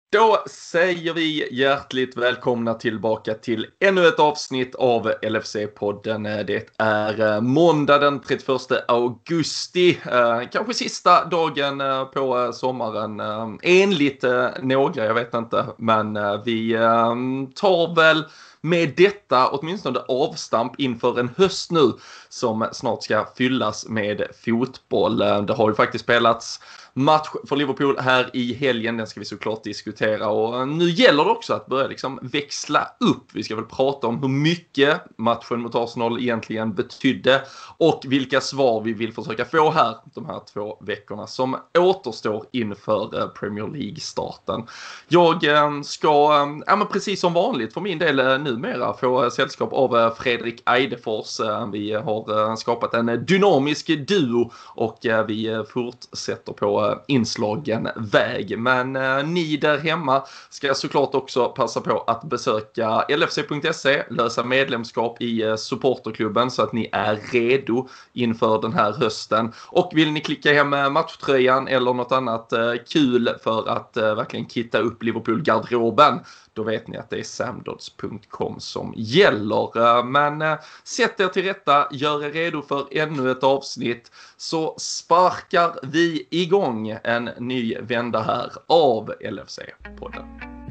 Då säger vi hjärtligt välkomna tillbaka till ännu ett avsnitt av LFC-podden. Det är måndag den 31 augusti, kanske sista dagen på sommaren, enligt några, jag vet inte. Men vi tar väl med detta åtminstone avstamp inför en höst nu som snart ska fyllas med fotboll. Det har ju faktiskt spelats match för Liverpool här i helgen, den ska vi såklart diskutera, och nu gäller det också att börja liksom växla upp. Vi ska väl prata om hur mycket matchen mot Arsenal egentligen betydde och vilka svar vi vill försöka få här de här 2 veckorna som återstår inför Premier League-starten. Jag ska, precis som vanligt för min del numera, få sällskap av Fredrik Eidefors. Vi har skapat en dynamisk duo och vi fortsätter på inslagen väg. Men ni där hemma ska såklart också passa på att besöka lfc.se, lösa medlemskap i supporterklubben så att ni är redo inför den här hösten. Och vill ni klicka hem matchtröjan eller något annat kul för att verkligen kitta upp Liverpool-garderoben, då vet ni att det är samdods.com som gäller. Men sätt er till rätta, gör er redo för ännu ett avsnitt, så sparkar vi igång en ny vända här av LFC-podden.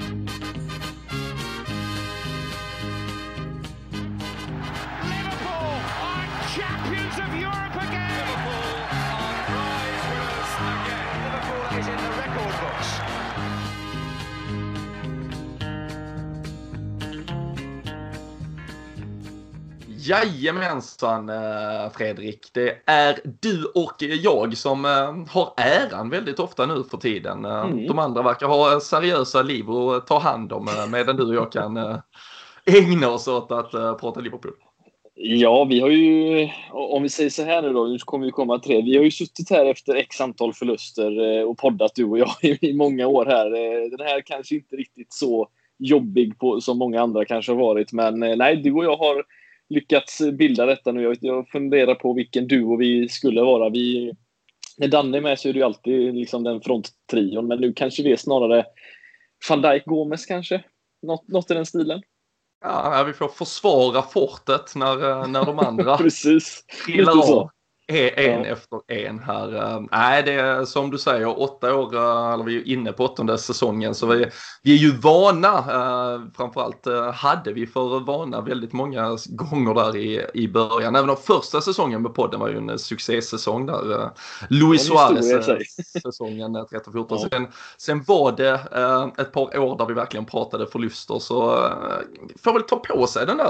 Jajamensan Fredrik, det är du och jag som har äran väldigt ofta nu för tiden. De andra verkar ha seriösa liv att ta hand om, medan du och jag kan ägna oss åt att prata Liverpool. Ja, vi har ju, om vi säger så här nu kommer vi komma till det. Vi har ju suttit här efter x antal förluster och poddat, du och jag, i många år här. Den här kanske inte riktigt så jobbig som många andra kanske har varit, men nej, du och jag har lyckats bilda detta nu. Jag funderar på vilken duo vi skulle vara. När Danne är med så är det ju alltid liksom den fronttrion, men nu kanske det är snarare Van Dijk, Gomes kanske. Något i den stilen. Ja, vi får försvara fortet när de andra precis trillar av en efter en här. Nej, det är som du säger, 8 år, eller vi är inne på 8:e säsongen, så vi är ju vana. Framförallt hade vi för vana väldigt många gånger där i början. Även den första säsongen med podden var ju en succésäsong där. Luis Suarez-säsongen 13-14. Sen var det ett par år där vi verkligen pratade förluster, så får väl ta på sig den där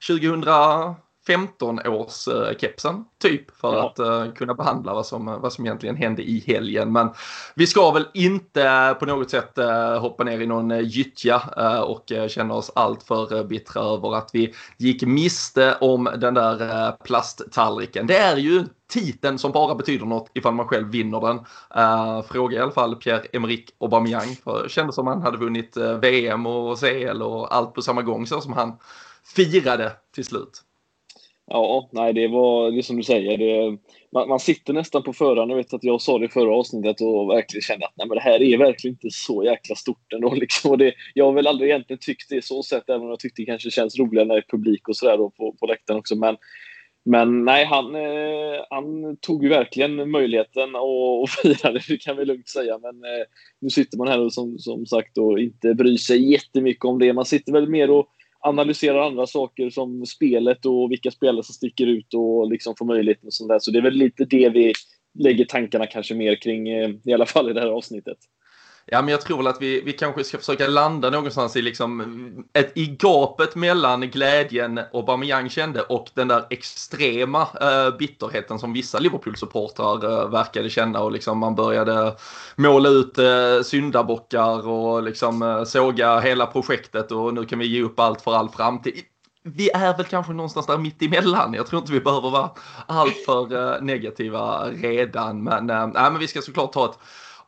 2015 års kepsen typ för att kunna behandla vad som egentligen hände i helgen. Men vi ska väl inte på något sätt hoppa ner i någon gyttja och känna oss allt för bittra över att vi gick miste om den där plasttallriken. Det är ju titeln som bara betyder något ifall man själv vinner den. Fråga i alla fall Pierre-Emerick Aubameyang, för det kändes som han hade vunnit VM och CL och allt på samma gång, så som han firade till slut. Ja, nej, det är som du säger. Man sitter nästan på förhand. Jag vet att jag sa det i förra avsnittet och verkligen kände att nej, men det här är verkligen inte så jäkla stort ändå. Liksom. Och jag har väl aldrig egentligen tyckt det så sett, även om jag tyckte det kanske känns roligare när det är publik och sådär på läktaren också. Men nej, han tog ju verkligen möjligheten att fira det, kan vi lugnt säga. Men nu sitter man här och som sagt och inte bryr sig jättemycket om det. Man sitter väl mer och analyserar andra saker som spelet och vilka spelare som sticker ut och liksom får möjligheten och sånt där. Så det är väl lite det vi lägger tankarna kanske mer kring, i alla fall i det här avsnittet. Ja, men jag tror väl att vi kanske ska försöka landa någonstans i liksom i gapet mellan glädjen Aubameyang kände och den där extrema bitterheten som vissa Liverpool-supportrar verkade känna, och liksom man började måla ut syndabockar och liksom såga hela projektet, och nu kan vi ge upp allt för all framtid. Vi är väl kanske någonstans där mitt emellan. Jag tror inte vi behöver vara allt för negativa redan, men vi ska såklart ta ett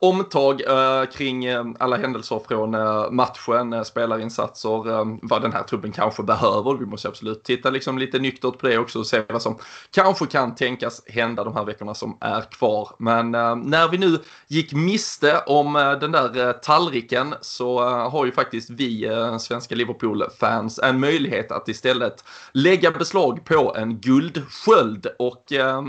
omtag kring alla händelser från matchen, spelarinsatser, vad den här truppen kanske behöver. Vi måste absolut titta liksom lite nyktert på det också och se vad som kanske kan tänkas hända de här veckorna som är kvar. Men när vi nu gick miste om den där tallriken så har ju faktiskt vi svenska Liverpool-fans en möjlighet att istället lägga beslag på en guldsköld, och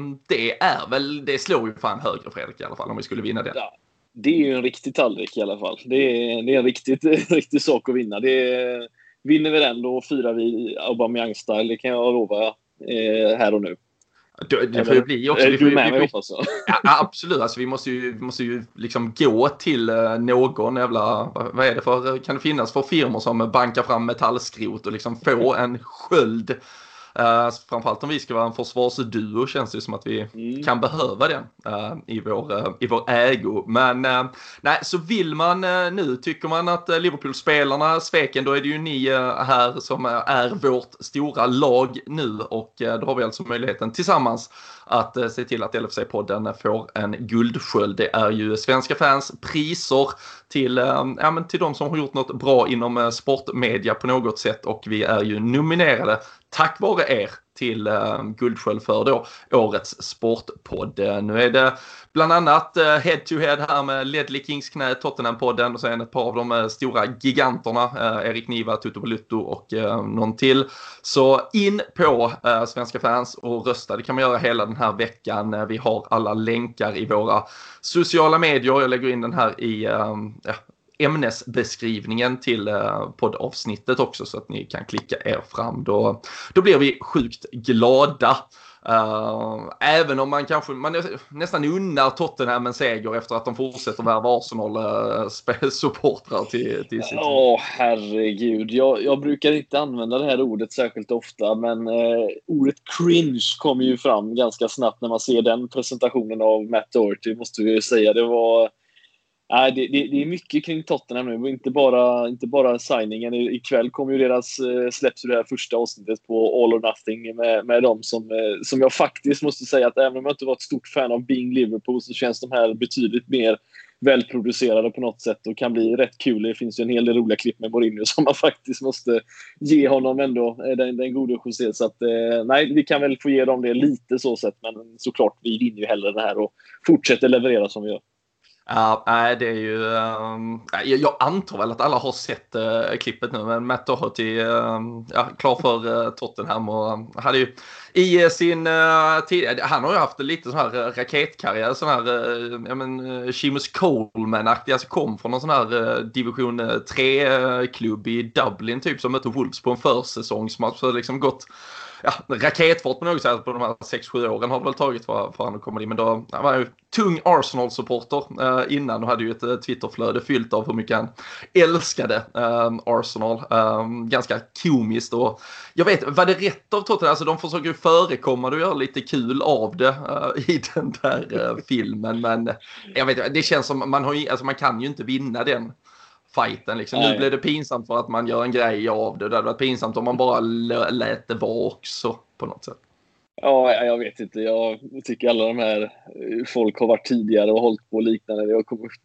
det slår ju fan högre, Fredrik, i alla fall, om vi skulle vinna den. Ja, det är ju en riktig tallrik i alla fall. Det är en riktig sak att vinna. Vinner vi den, då firar vi Aubameyang-style, det kan jag lova här och nu. Det får ju bli också. Du med mig, hoppas jag. Ja, absolut. Alltså, vi måste ju liksom gå till någon jävla, vad är det för, kan det finnas för firmor som bankar fram metallskrot och liksom få en sköld. Framförallt om vi ska vara en försvarsduo, känns det som att vi kan behöva den i vår ägo. Men nej, så vill man nu, tycker man att Liverpool-spelarna sveken, då är det ju ni här som är vårt stora lag nu, och då har vi alltså möjligheten tillsammans att se till att LFC-podden får en guldsköld. Det är ju svenska fans priser till de som har gjort något bra inom sportmedia på något sätt, och vi är ju nominerade tack vare er till guldsköld för då årets sportpodd. Nu är det bland annat head to head här med Ledley Kings knä, Tottenham-podden, och sen ett par av de stora giganterna, Erik Niva, Tutu Balutto och någon till. Så in på svenska fans och rösta. Det kan man göra hela den här veckan. Vi har alla länkar i våra sociala medier. Jag lägger in den här i ämnesbeskrivningen till poddavsnittet också, så att ni kan klicka er fram. Då blir vi sjukt glada. Även om man nästan unnar Tottenham en seger efter att de fortsätter värva Arsenal-supportrar till sitt. Herregud. Jag brukar inte använda det här ordet särskilt ofta, men ordet cringe kommer ju fram ganska snabbt när man ser den presentationen av Matt Doherty, måste vi ju säga. Det var... Det är mycket kring Tottenham nu, inte bara signingen. Ikväll kommer ju släpps det här första avsnittet på All or Nothing med dem som jag faktiskt måste säga att även om jag inte var ett stort fan av Being Liverpool, så känns de här betydligt mer välproducerade på något sätt och kan bli rätt kul. Det finns ju en hel del roliga klipp med Mourinho som man faktiskt måste ge honom ändå den gode José. Så att nej, vi kan väl få ge dem det lite så sett, men såklart vi vinner ju hellre det här och fortsätter leverera som vi gör. Ja, det är ju... jag antar väl att alla har sett klippet nu, men Matt Doherty klar för Tottenham, och hade ju i sin tid... Han har ju haft lite sån här raketkarriär, sån här Seamus Coleman-aktig, alltså kom från någon sån här division 3-klubb i Dublin typ, som mötte Wolves på en försäsongsmatch, så liksom gått... raketfart på något sätt på de här 6-7 åren har det väl tagit för han att komma in. Men då han var ju tung Arsenal-supporter innan och hade ju ett Twitterflöde fyllt av hur mycket han älskade Arsenal. Ganska komiskt, och jag vet, var det rätt av Tottenham? Alltså de försöker ju förekomma och göra lite kul av det i den där filmen. Men jag vet, det känns som man kan ju inte vinna den fighten liksom. Nu blev det pinsamt för att man gör en grej av det. Det hade varit pinsamt om man bara lät det vara också på något sätt. Ja, jag vet inte. Jag tycker alla de här folk har varit tidigare och hållit på liknande.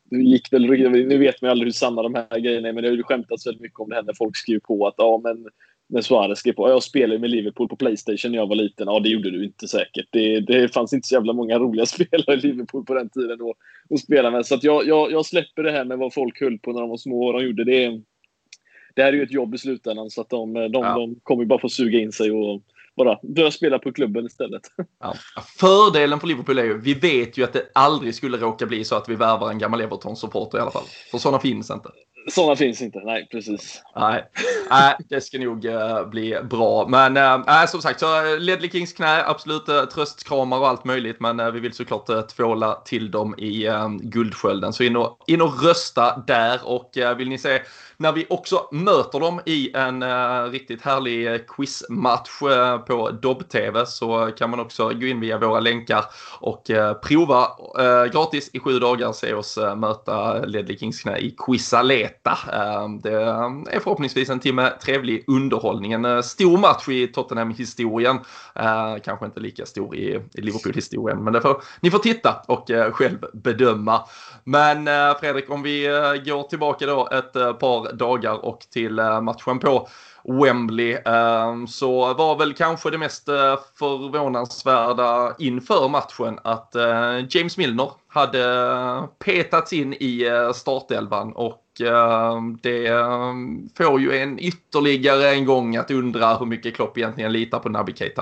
Nu vet man aldrig hur sanna de här grejerna är, men det har ju skämtats väldigt mycket om det här när folk skriver på att när Suarez skrev på, jag spelade med Liverpool på PlayStation när jag var liten. Ja, det gjorde du inte säkert. Det fanns inte så jävla många roliga spelare i Liverpool på den tiden att spela med. Så att jag släpper det här med vad folk höll på när de var små och de gjorde det. Det här är ju ett jobb i slutändan, så att de kommer bara få suga in sig och bara börja spela på klubben istället. Ja. Fördelen för Liverpool är ju, vi vet ju att det aldrig skulle råka bli så att vi värvar en gammal Everton-supporter i alla fall. För sådana finns inte. Sådana finns inte, nej precis. Nej, det ska nog bli bra. Men som sagt, så Ledley Kings knä, absolut tröstkramar och allt möjligt. Men vi vill såklart tvåla till dem i guldskölden. Så in och rösta där. Och vill ni se när vi också möter dem i en riktigt härlig quizmatch på Dobb-TV, så kan man också gå in via våra länkar och prova gratis i 7 dagar, se oss möta Ledley Kings knä i Quizalet. fortsätta. Det är förhoppningsvis en timme trevlig underhållning. En stor match i Tottenham-historien. Kanske inte lika stor i Liverpool-historien, men ni får titta och själv bedöma. Men Fredrik, om vi går tillbaka då ett par dagar och till matchen på Wembley, så var väl kanske det mest förvånansvärda inför matchen att James Milner hade petats in i startelvan, och det får ju en ytterligare en gång att undra hur mycket Klopp egentligen litar på Naby Keita.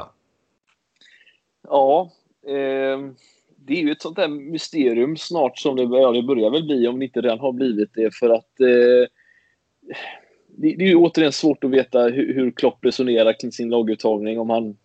Ja, det är ju ett sånt där mysterium snart som det börjar väl bli, om det inte redan har blivit det, för att det är ju återigen svårt att veta hur Klopp resonerar kring sin laguttagning.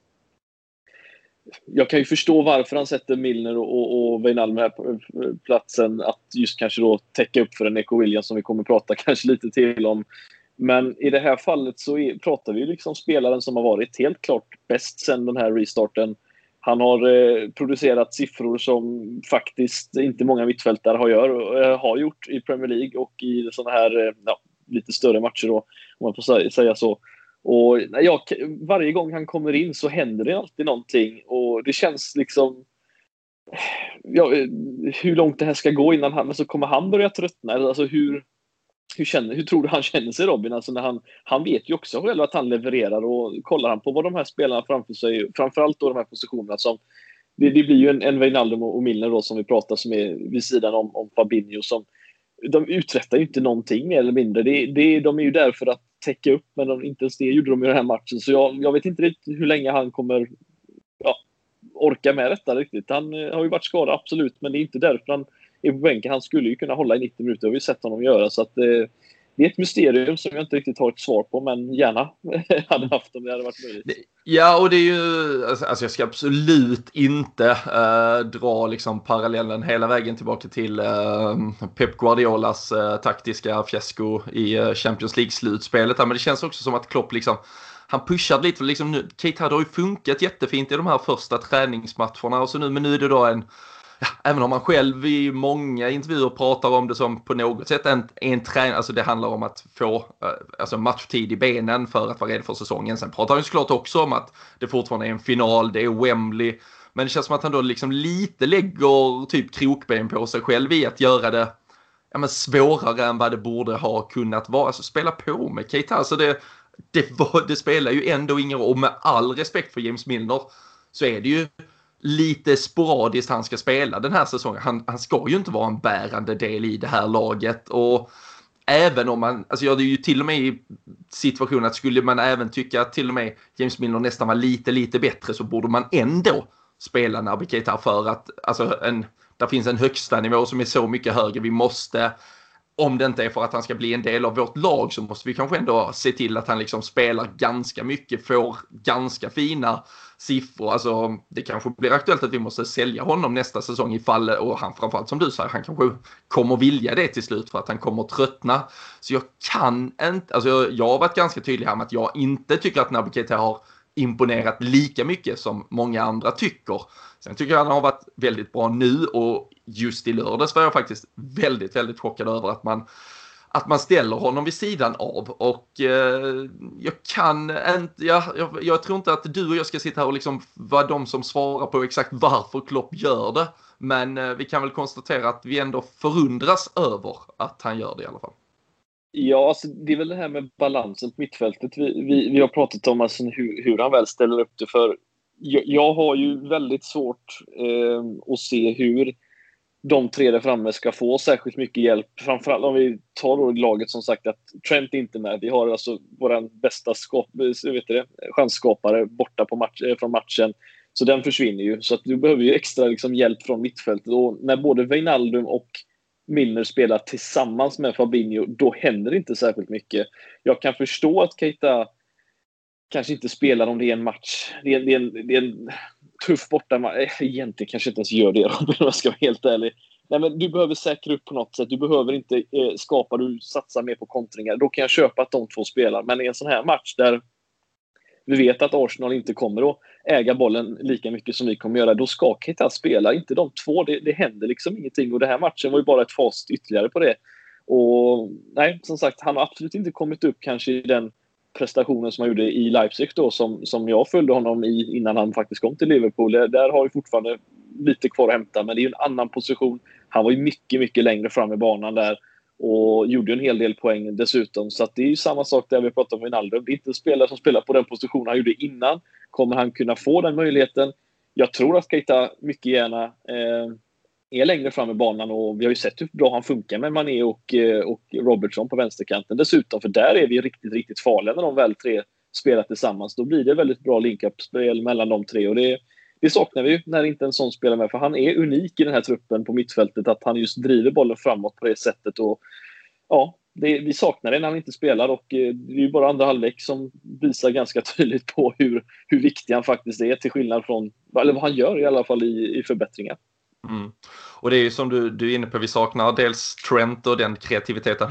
Jag kan ju förstå varför han sätter Milner och Wijnaldum här på platsen, att just kanske då täcka upp för en Neco Williams som vi kommer prata kanske lite till om. Men i det här fallet så pratar vi liksom spelaren som har varit helt klart bäst sedan den här restarten. Han har producerat siffror som faktiskt inte många mittfältare har gjort i Premier League och i såna här lite större matcher då, om man får säga så. Och varje gång han kommer in så händer det alltid någonting, och det känns liksom hur långt det här ska gå innan så kommer han börja tröttna. Alltså hur tror du han känner sig, Robin? Alltså när han vet ju också själv att han levererar, och kollar han på vad de här spelarna framför sig, framförallt då de här positionerna som det blir ju en Wijnaldum och Milner då som vi pratar, som är vid sidan om Fabinho, som de uträttar ju inte någonting mer eller mindre. De är ju där för att täcka upp, men inte ens det gjorde de i den här matchen. Så jag vet inte riktigt hur länge han kommer orka med detta riktigt. Han har ju varit skadad, absolut, men det är inte därför han är på bänken. Han skulle ju kunna hålla i 90 minuter, och vi har sett honom göra. Så att det är ett mysterium som jag inte riktigt har ett svar på, men gärna hade haft om det hade varit möjligt. Ja, och det är ju, alltså jag ska absolut inte dra liksom parallellen hela vägen tillbaka till Pep Guardiolas taktiska fiasko i Champions League-slutspelet. Men det känns också som att Klopp liksom, han pushade lite, för liksom nu, Keita hade ju funkat jättefint i de här första träningsmatcherna, och så nu är det då även om man själv i många intervjuer pratar om det som på något sätt en träning, alltså det handlar om att få matchtid i benen för att vara redo för säsongen. Sen pratar han såklart också om att det fortfarande är en final, det är Wembley, men det känns som att han då liksom lite lägger typ krokben på sig själv i att göra det svårare än vad det borde ha kunnat vara. Alltså spela på med Keita, alltså det spelar ju ändå ingen roll, och med all respekt för James Milner så är det ju lite sporadiskt han ska spela den här säsongen. Han ska ju inte vara en bärande del i det här laget, och även om man, alltså jag är ju till och med i situationen att skulle man även tycka att till och med James Milner nästan var lite bättre, så borde man ändå spela Naby Keita, för att alltså där finns en högsta nivå som är så mycket högre. Vi måste, om det inte är för att han ska bli en del av vårt lag, så måste vi kanske ändå se till att han liksom spelar ganska mycket, får ganska fina siffror. Alltså det kanske blir aktuellt att vi måste sälja honom nästa säsong ifall, och han framförallt som du säger, han kanske kommer vilja det till slut för att han kommer tröttna. Så jag kan inte, alltså jag har varit ganska tydlig här med att jag inte tycker att Naby Keita har imponerat lika mycket som många andra tycker. Sen tycker jag han har varit väldigt bra nu, och just i lördags var jag faktiskt väldigt, väldigt chockad över att man ställer honom vid sidan av. Och jag tror inte att du och jag ska sitta här och liksom vara de som svarar på exakt varför Klopp gör det, men vi kan väl konstatera att vi ändå förundras över att han gör det i alla fall. Ja, alltså, det är väl det här med balansen på mittfältet vi har pratat om, alltså hur han väl ställer upp det. För jag har ju väldigt svårt att se hur de tre där framme ska få särskilt mycket hjälp. Framförallt om vi tar då laget, som sagt, att Trent inte är med. Vi har alltså vår bästa chansskapare borta från matchen. Så den försvinner ju. Så att du behöver ju extra liksom hjälp från mittfältet. Och när både Wijnaldum och Milner spelar tillsammans med Fabinho, då händer det inte särskilt mycket. Jag kan förstå att Keita kanske inte spelar om det är en match. Det är en tuff bortamatch. Egentligen kanske inte ens gör det, om jag ska vara helt ärlig. Nej, men du behöver säkra upp på något sätt. Du behöver inte skapa, du satsar mer på kontringar. Då kan jag köpa att de två spelar. Men i en sån här match där vi vet att Arsenal inte kommer att äga bollen lika mycket som vi kommer göra, då ska Keita spela, inte de två. Det händer liksom ingenting, och den här matchen var ju bara ett fast ytterligare på det. Och nej, som sagt, han har absolut inte kommit upp kanske i den prestationen som han gjorde i Leipzig då, som jag följde honom i innan han faktiskt kom till Liverpool. Där har vi fortfarande lite kvar att hämta, men det är ju en annan position. Han var ju mycket, mycket längre fram i banan där och gjorde en hel del poäng dessutom. Så att det är ju samma sak där vi pratar om Wijnaldum. Det är inte en spelare som spelar på den position han gjorde innan. Kommer han kunna få den möjligheten? Jag tror att Keita mycket gärna är längre fram i banan, och vi har ju sett hur bra han funkar med Mané och Robertson på vänsterkanten dessutom, för där är vi riktigt, riktigt farliga när de väl tre spelar tillsammans. Då blir det väldigt bra link-up-spel mellan de tre, och det saknar vi ju när inte en sån spelar med, för han är unik i den här truppen på mittfältet, att han just driver bollen framåt på det sättet. Och ja, vi saknar det när han inte spelar, och det är ju bara andra halvlek som visar ganska tydligt på hur viktig han faktiskt är, till skillnad från, eller vad han gör i alla fall i förbättringar. Mm. Och det är ju som du är inne på, vi saknar dels Trent och den kreativiteten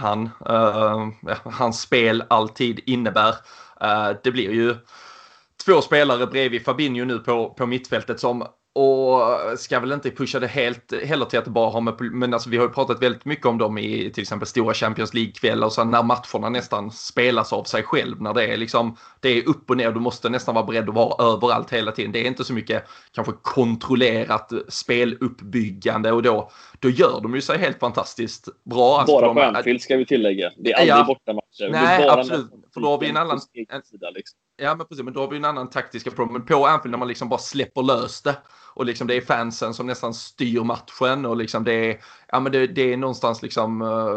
hans spel alltid innebär. Det blir ju två spelare bredvid Fabinho nu på mittfältet som, och ska väl inte pusha det helt heller till att det bara har med, men alltså vi har ju pratat väldigt mycket om dem i till exempel stora Champions League-kvällar, och så när matcherna nästan spelas av sig själv, när det är liksom, det är upp och ner, du måste nästan vara beredd att vara överallt hela tiden. Det är inte så mycket kanske kontrollerat speluppbyggande, och då gör de ju sig helt fantastiskt bra. Alltså, bara på Anfield ska vi tillägga. Det är aldrig borta matcher. Nej, bara absolut. För då har vi en annan sida, liksom. Ja, men precis, men då har vi en annan taktiska problem på Anfield, när man liksom bara släpper lös det, och liksom det är fansen som nästan styr matchen, och liksom det är någonstans liksom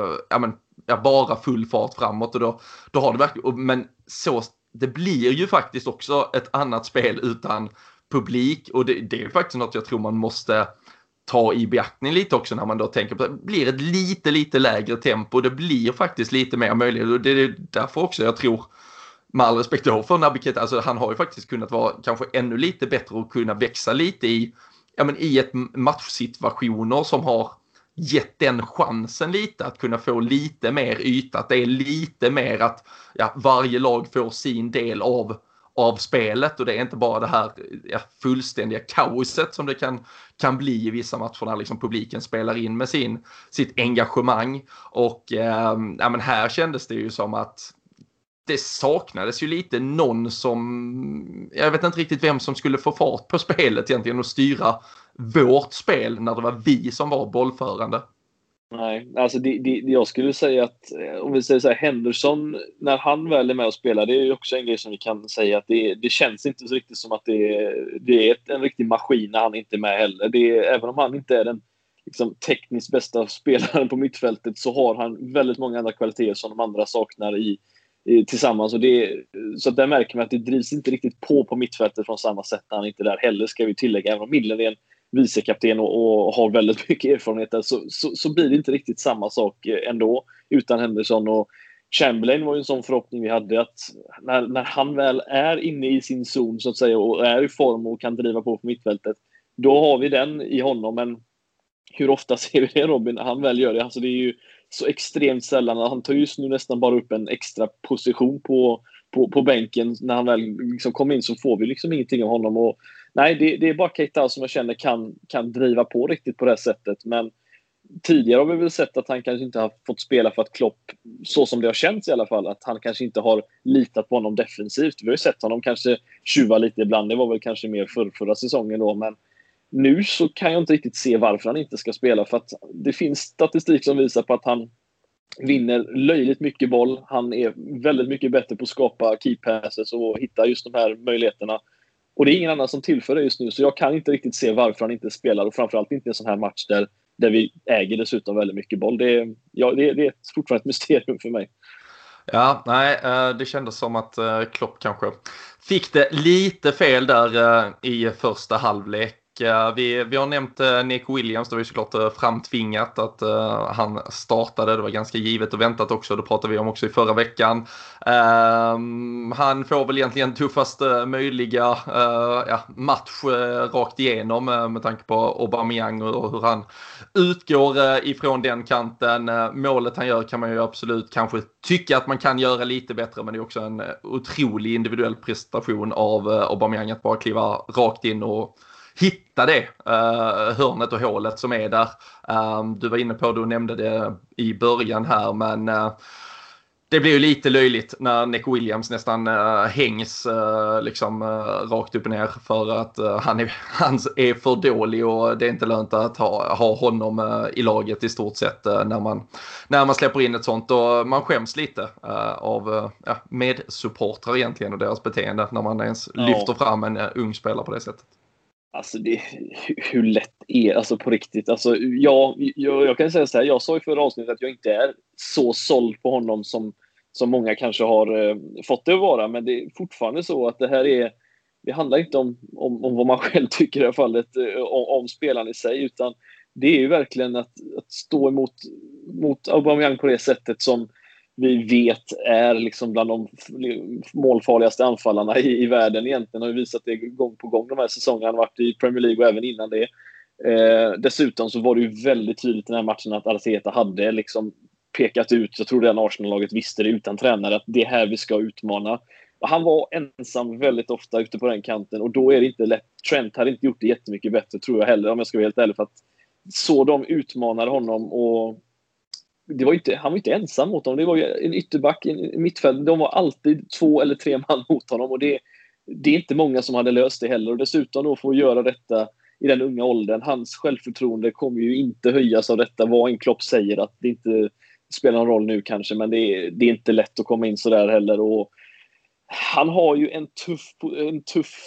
bara full fart framåt, och då har det verkligen, men så det blir ju faktiskt också ett annat spel utan publik, och det är faktiskt något jag tror man måste ta i beaktning lite också, när man då tänker på det blir ett lite lägre tempo, det blir faktiskt lite mer möjligt, och det är därför också jag tror, med all respekt för Naby Keita, alltså han har ju faktiskt kunnat vara kanske ännu lite bättre och kunna växa lite i ett matchsituationer som har gett den chansen lite att kunna få lite mer yta, att det är lite mer att varje lag får sin del av spelet, och det är inte bara det här fullständiga kaoset som det kan bli i vissa matcher när liksom publiken spelar in med sitt engagemang. Och här kändes det ju som att det saknades ju lite någon som, jag vet inte riktigt vem som skulle få fart på spelet egentligen och styra vårt spel när det var vi som var bollförande. Nej, alltså jag skulle säga att, om vi säger så här, Henderson, när han väl är med och spelar, det är ju också en grej som vi kan säga, att det känns inte så riktigt som att det är en riktig maskin när han inte är med heller. Även om han inte är den liksom tekniskt bästa spelaren på mittfältet, så har han väldigt många andra kvaliteter som de andra saknar tillsammans, och så där märker man att det drivs inte riktigt på mittfältet från samma sätt när han inte är där heller, ska vi tillägga. Även om Milner är en vicekapten och har väldigt mycket erfarenhet där, så blir det inte riktigt samma sak ändå utan Henderson. Och Chamberlain var ju en sån förhoppning vi hade, att när han väl är inne i sin zon så att säga, och är i form och kan driva på mittfältet, då har vi den i honom. Men hur ofta ser vi det, Robin, han väl gör det? Alltså det är ju så extremt sällan. Han tar just nu nästan bara upp en extra position på bänken. När han väl liksom kommer in så får vi liksom ingenting av honom. Och nej, det är bara Keita som jag känner kan driva på riktigt på det här sättet. Men tidigare har vi väl sett att han kanske inte har fått spela för att Klopp, så som det har känts i alla fall, att han kanske inte har litat på honom defensivt. Vi har ju sett honom kanske tjuva lite ibland. Det var väl kanske mer förra säsongen då, men nu så kan jag inte riktigt se varför han inte ska spela, för att det finns statistik som visar på att han vinner löjligt mycket boll. Han är väldigt mycket bättre på att skapa key passes och hitta just de här möjligheterna. Och det är ingen annan som tillför det just nu, så jag kan inte riktigt se varför han inte spelar, och framförallt inte en sån här match där vi äger dessutom väldigt mycket boll. Det är fortfarande ett mysterium för mig. Ja, nej, det kändes som att Klopp kanske fick det lite fel där i första halvlek. Vi har nämnt Nick Williams, det var ju såklart framtvingat att han startade, det var ganska givet och väntat också, det pratade vi om också i förra veckan. Han får väl egentligen tuffast möjliga match rakt igenom med tanke på Aubameyang och hur han utgår ifrån den kanten. Målet han gör kan man ju absolut kanske tycka att man kan göra lite bättre, men det är också en otrolig individuell prestation av Aubameyang att bara kliva rakt in och hitta det hörnet och hålet som är där. Du var inne på, du nämnde det i början här, men det blir ju lite löjligt när Nick Williams nästan hängs rakt upp och ner för att han är för dålig och det är inte lönt att ha honom i laget i stort sett när man släpper in ett sånt, och man skäms lite av medsupportrar egentligen och deras beteende när man ens lyfter fram en ung spelare på det sättet. Alltså hur lätt är alltså på riktigt. Alltså jag kan säga så här, jag sa i förra avsnittet att jag inte är så såld på honom som många kanske har fått det att vara, men det är fortfarande så att det handlar inte om vad man själv tycker i det här fallet om spelaren i sig, utan det är ju verkligen att stå mot Aubameyang på det sättet som vi vet är liksom bland de målfarligaste anfallarna i världen egentligen. Har ju visat det gång på gång de här säsongerna. Han har varit i Premier League och även innan det. Dessutom så var det ju väldigt tydligt den här matchen att Arteta hade liksom pekat ut, jag tror det Arsenal-laget visste det utan tränare, att det är här vi ska utmana. Och han var ensam väldigt ofta ute på den kanten, och då är det inte lätt. Trent hade inte gjort det jättemycket bättre, tror jag heller, om jag ska vara helt ärlig, för att så de utmanade honom, och han var inte ensam mot dem. Det var ju en ytterback, en mittfält. De var alltid 2 eller 3 man mot honom, och det är inte många som hade löst det heller. Och dessutom då få göra detta i den unga åldern. Hans självförtroende kommer ju inte höjas av detta. Vad en Klopp säger, att det inte spelar någon roll nu kanske, men det är inte lätt att komma in så där heller. Och han har ju en tuff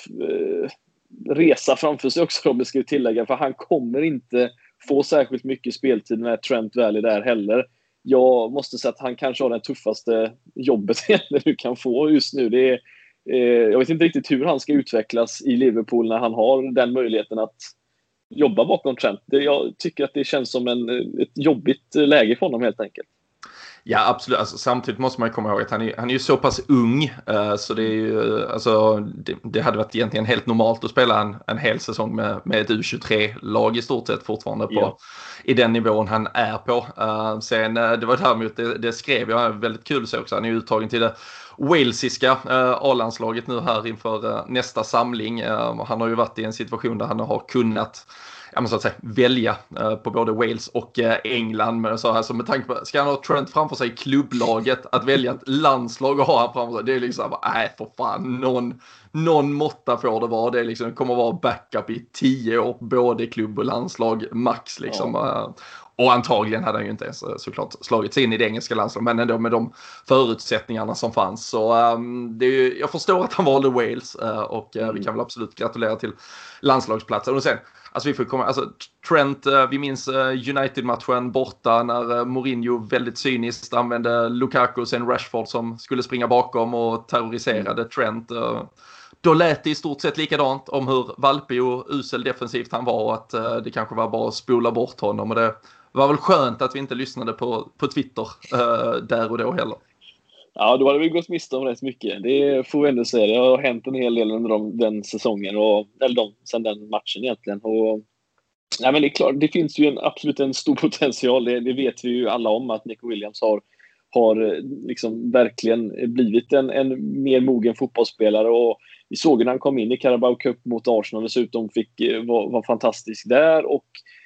resa framför sig också, om jag ska tillägga, för han kommer inte få särskilt mycket speltid när Trent väl är där heller. Jag måste säga att han kanske har det tuffaste jobbet du kan få just nu. Jag vet inte riktigt hur han ska utvecklas i Liverpool när han har den möjligheten att jobba bakom Trent. Jag tycker att det känns som ett jobbigt läge för honom helt enkelt. Ja, absolut. Alltså, samtidigt måste man komma ihåg att han är ju så pass ung, så det är ju, alltså, det hade varit egentligen helt normalt att spela en hel säsong med ett U23-lag i stort sett fortfarande i den nivån han är på. Sen det var däremot, det skrev jag väldigt kul så också. Han är uttagen till det walesiska A-landslaget nu här inför nästa samling. Han har ju varit i en situation där han har kunnat så att säga, välja på både Wales och England. Men så alltså, med tanke på, ska han ha Trent framför sig i klubblaget, att välja ett landslag och ha han framför sig, det är liksom, för fan, någon måtta får det vara. Det liksom, kommer vara backup i 10 år, både klubb och landslag, max liksom. Och antagligen hade han ju inte ens såklart slagit sig in i det engelska landslaget, men ändå med de förutsättningarna som fanns. Så jag förstår att han valde Wales, och vi kan väl absolut gratulera till landslagsplatsen. Och sen, alltså Trent, vi minns United-matchen borta när Mourinho väldigt cyniskt använde Lukaku och sen Rashford som skulle springa bakom och terroriserade Trent. Då lät det i stort sett likadant om hur valpig och usel defensivt han var, och att det kanske var bara att spola bort honom. Och det var väl skönt att vi inte lyssnade på Twitter där och då heller. Ja, då hade vi gått miste om rätt mycket. Det får vi ändå säga. Det har hänt en hel del under den säsongen, sen den matchen egentligen. Och, men det är klart, det finns ju absolut en stor potential. Det vet vi ju alla om, att Nick Williams har liksom verkligen blivit en mer mogen fotbollsspelare. Och vi såg när han kom in i Carabao Cup mot Arsenal dessutom, var fantastisk där. Och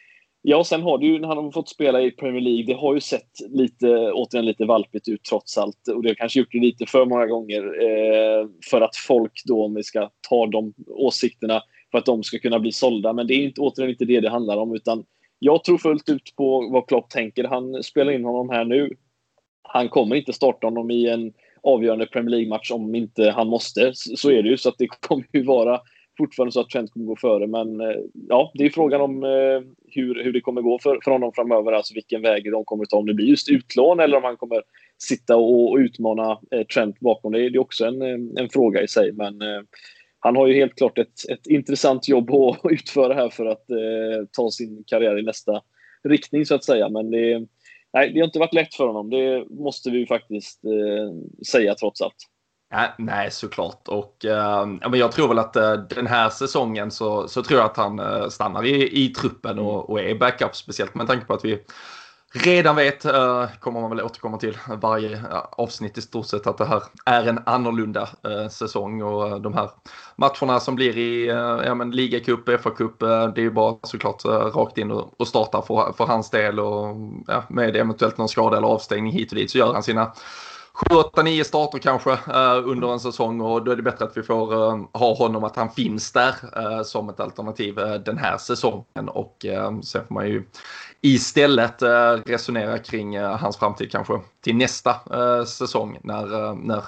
sen har det ju, när han har fått spela i Premier League, det har ju sett återigen lite valpigt ut trots allt. Och det har kanske gjort det lite för många gånger för att folk då, om vi ska ta de åsikterna, för att de ska kunna bli sålda. Men det är återigen inte det handlar om, utan jag tror fullt ut på vad Klopp tänker. Han spelar in honom här nu. Han kommer inte starta honom i en avgörande Premier League-match om inte han måste. Så är det ju, så att det kommer ju vara fortfarande så att Trent kommer gå före. Men det är frågan om hur det kommer gå för honom framöver. Alltså vilken väg de kommer ta. Om det blir just utlån eller om han kommer sitta och utmana Trent bakom. Det är också en fråga i sig. Men han har ju helt klart ett intressant jobb att utföra här för att ta sin karriär i nästa riktning så att säga. Men det har inte varit lätt för honom. Det måste vi faktiskt säga trots allt. Nej, såklart. Och men jag tror väl att den här säsongen så tror jag att han stannar i truppen och är backup, speciellt med tanke på att vi redan vet, kommer man väl återkomma till varje avsnitt i stort sett, att det här är en annorlunda säsong, och de här matcherna som blir i ligacup, FA-cup, det är ju bara såklart rakt in och starta för hans del, och med eventuellt någon skada eller avstängning hit och dit så gör han sina 7-8-9 starter kanske under en säsong, och då är det bättre att vi får ha honom, att han finns där som ett alternativ den här säsongen, och sen får man ju istället resonera kring hans framtid kanske till nästa säsong när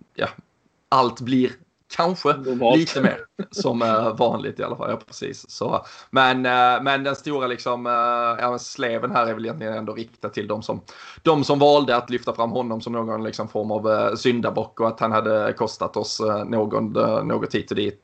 allt blir kanske lite mer som vanligt i alla fall. Ja, precis. Så, men den stora sleven här är väl egentligen ändå riktad till de som valde att lyfta fram honom som någon form av syndabock, och att han hade kostat oss något hit och dit.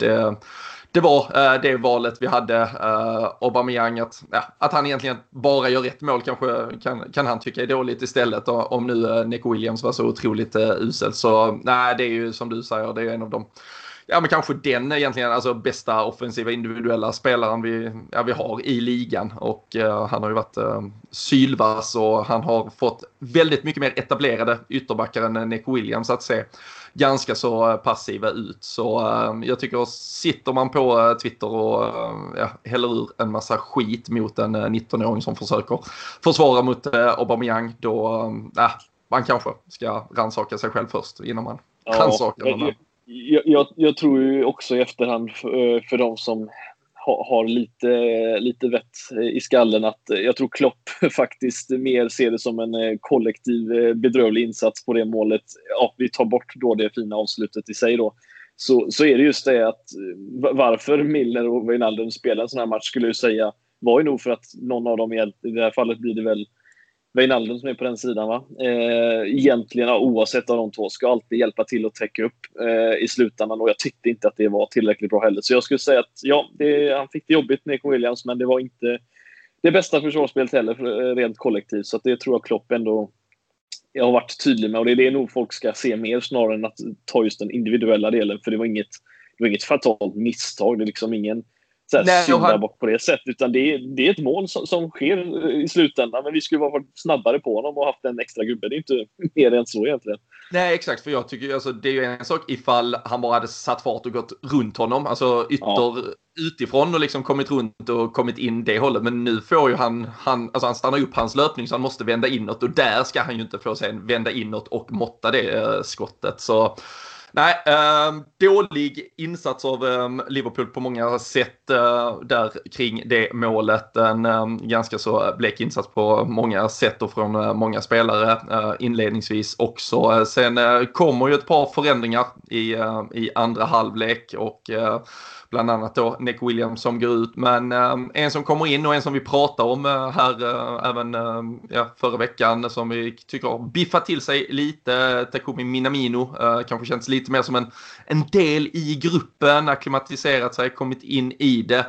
Det var det valet vi hade. Aubameyang, att han egentligen bara gör ett mål kanske kan han tycka är dåligt istället, om nu Neco Williams var så otroligt usel. Så nej, det är ju som du säger, det är en av de, men kanske den egentligen bästa offensiva individuella spelaren vi har i ligan, och han har ju varit sylvass, och han har fått väldigt mycket mer etablerade ytterbackar än Neco Williams att se ganska så passiva ut. Så jag tycker, sitter man på Twitter och häller ur en massa skit mot en 19-åring som försöker försvara mot Aubameyang, då man kanske ska rannsaka sig själv först innan man rannsakar någon annan. Jag tror ju också i efterhand för de som har lite vett i skallen, att jag tror Klopp faktiskt mer ser det som en kollektiv bedrövlig insats på det målet. Ja, vi tar bort då det fina avslutet i sig då. Så är det just det att varför Milner och Wijnaldum spelar en sån här match, skulle jag säga, var ju nog för att någon av dem, i det här fallet blir det väl Wijnaldum som är på den sidan, va? Egentligen, oavsett av de två, ska alltid hjälpa till att täcka upp i slutändan, och jag tyckte inte att det var tillräckligt bra heller. Så jag skulle säga att han fick det jobbigt, Neco Williams, men det var inte det bästa försvarsspelet heller rent kollektivt. Så att det tror jag Klopp ändå har varit tydlig med, och det är det nog folk ska se mer, snarare än att ta just den individuella delen, för det var inget fatalt misstag. Det är liksom ingen syndabock på det sättet, utan det är ett mål som sker i slutändan, men vi skulle vara snabbare på honom och haft en extra gubbe. Det är inte mer än så egentligen. Nej, exakt, för jag tycker det är ju en sak ifall han bara hade satt fart och gått runt honom, utifrån, och kommit runt och kommit in det hållet, men nu får ju han stannar upp hans löpning, så han måste vända inåt, och där ska han ju inte få sen vända inåt och måtta det skottet. Så nej, dålig insats av Liverpool på många sätt där kring det målet. En ganska så blek insats på många sätt och från många spelare inledningsvis också. Sen kommer ju ett par förändringar i andra halvlek, och bland annat då Neco Williams som går ut, men en som kommer in och en som vi pratar om här även förra veckan, som vi tycker har biffat till sig lite, Takumi Minamino, kanske känns lite mer som en del i gruppen, akklimatiserat sig, kommit in i det.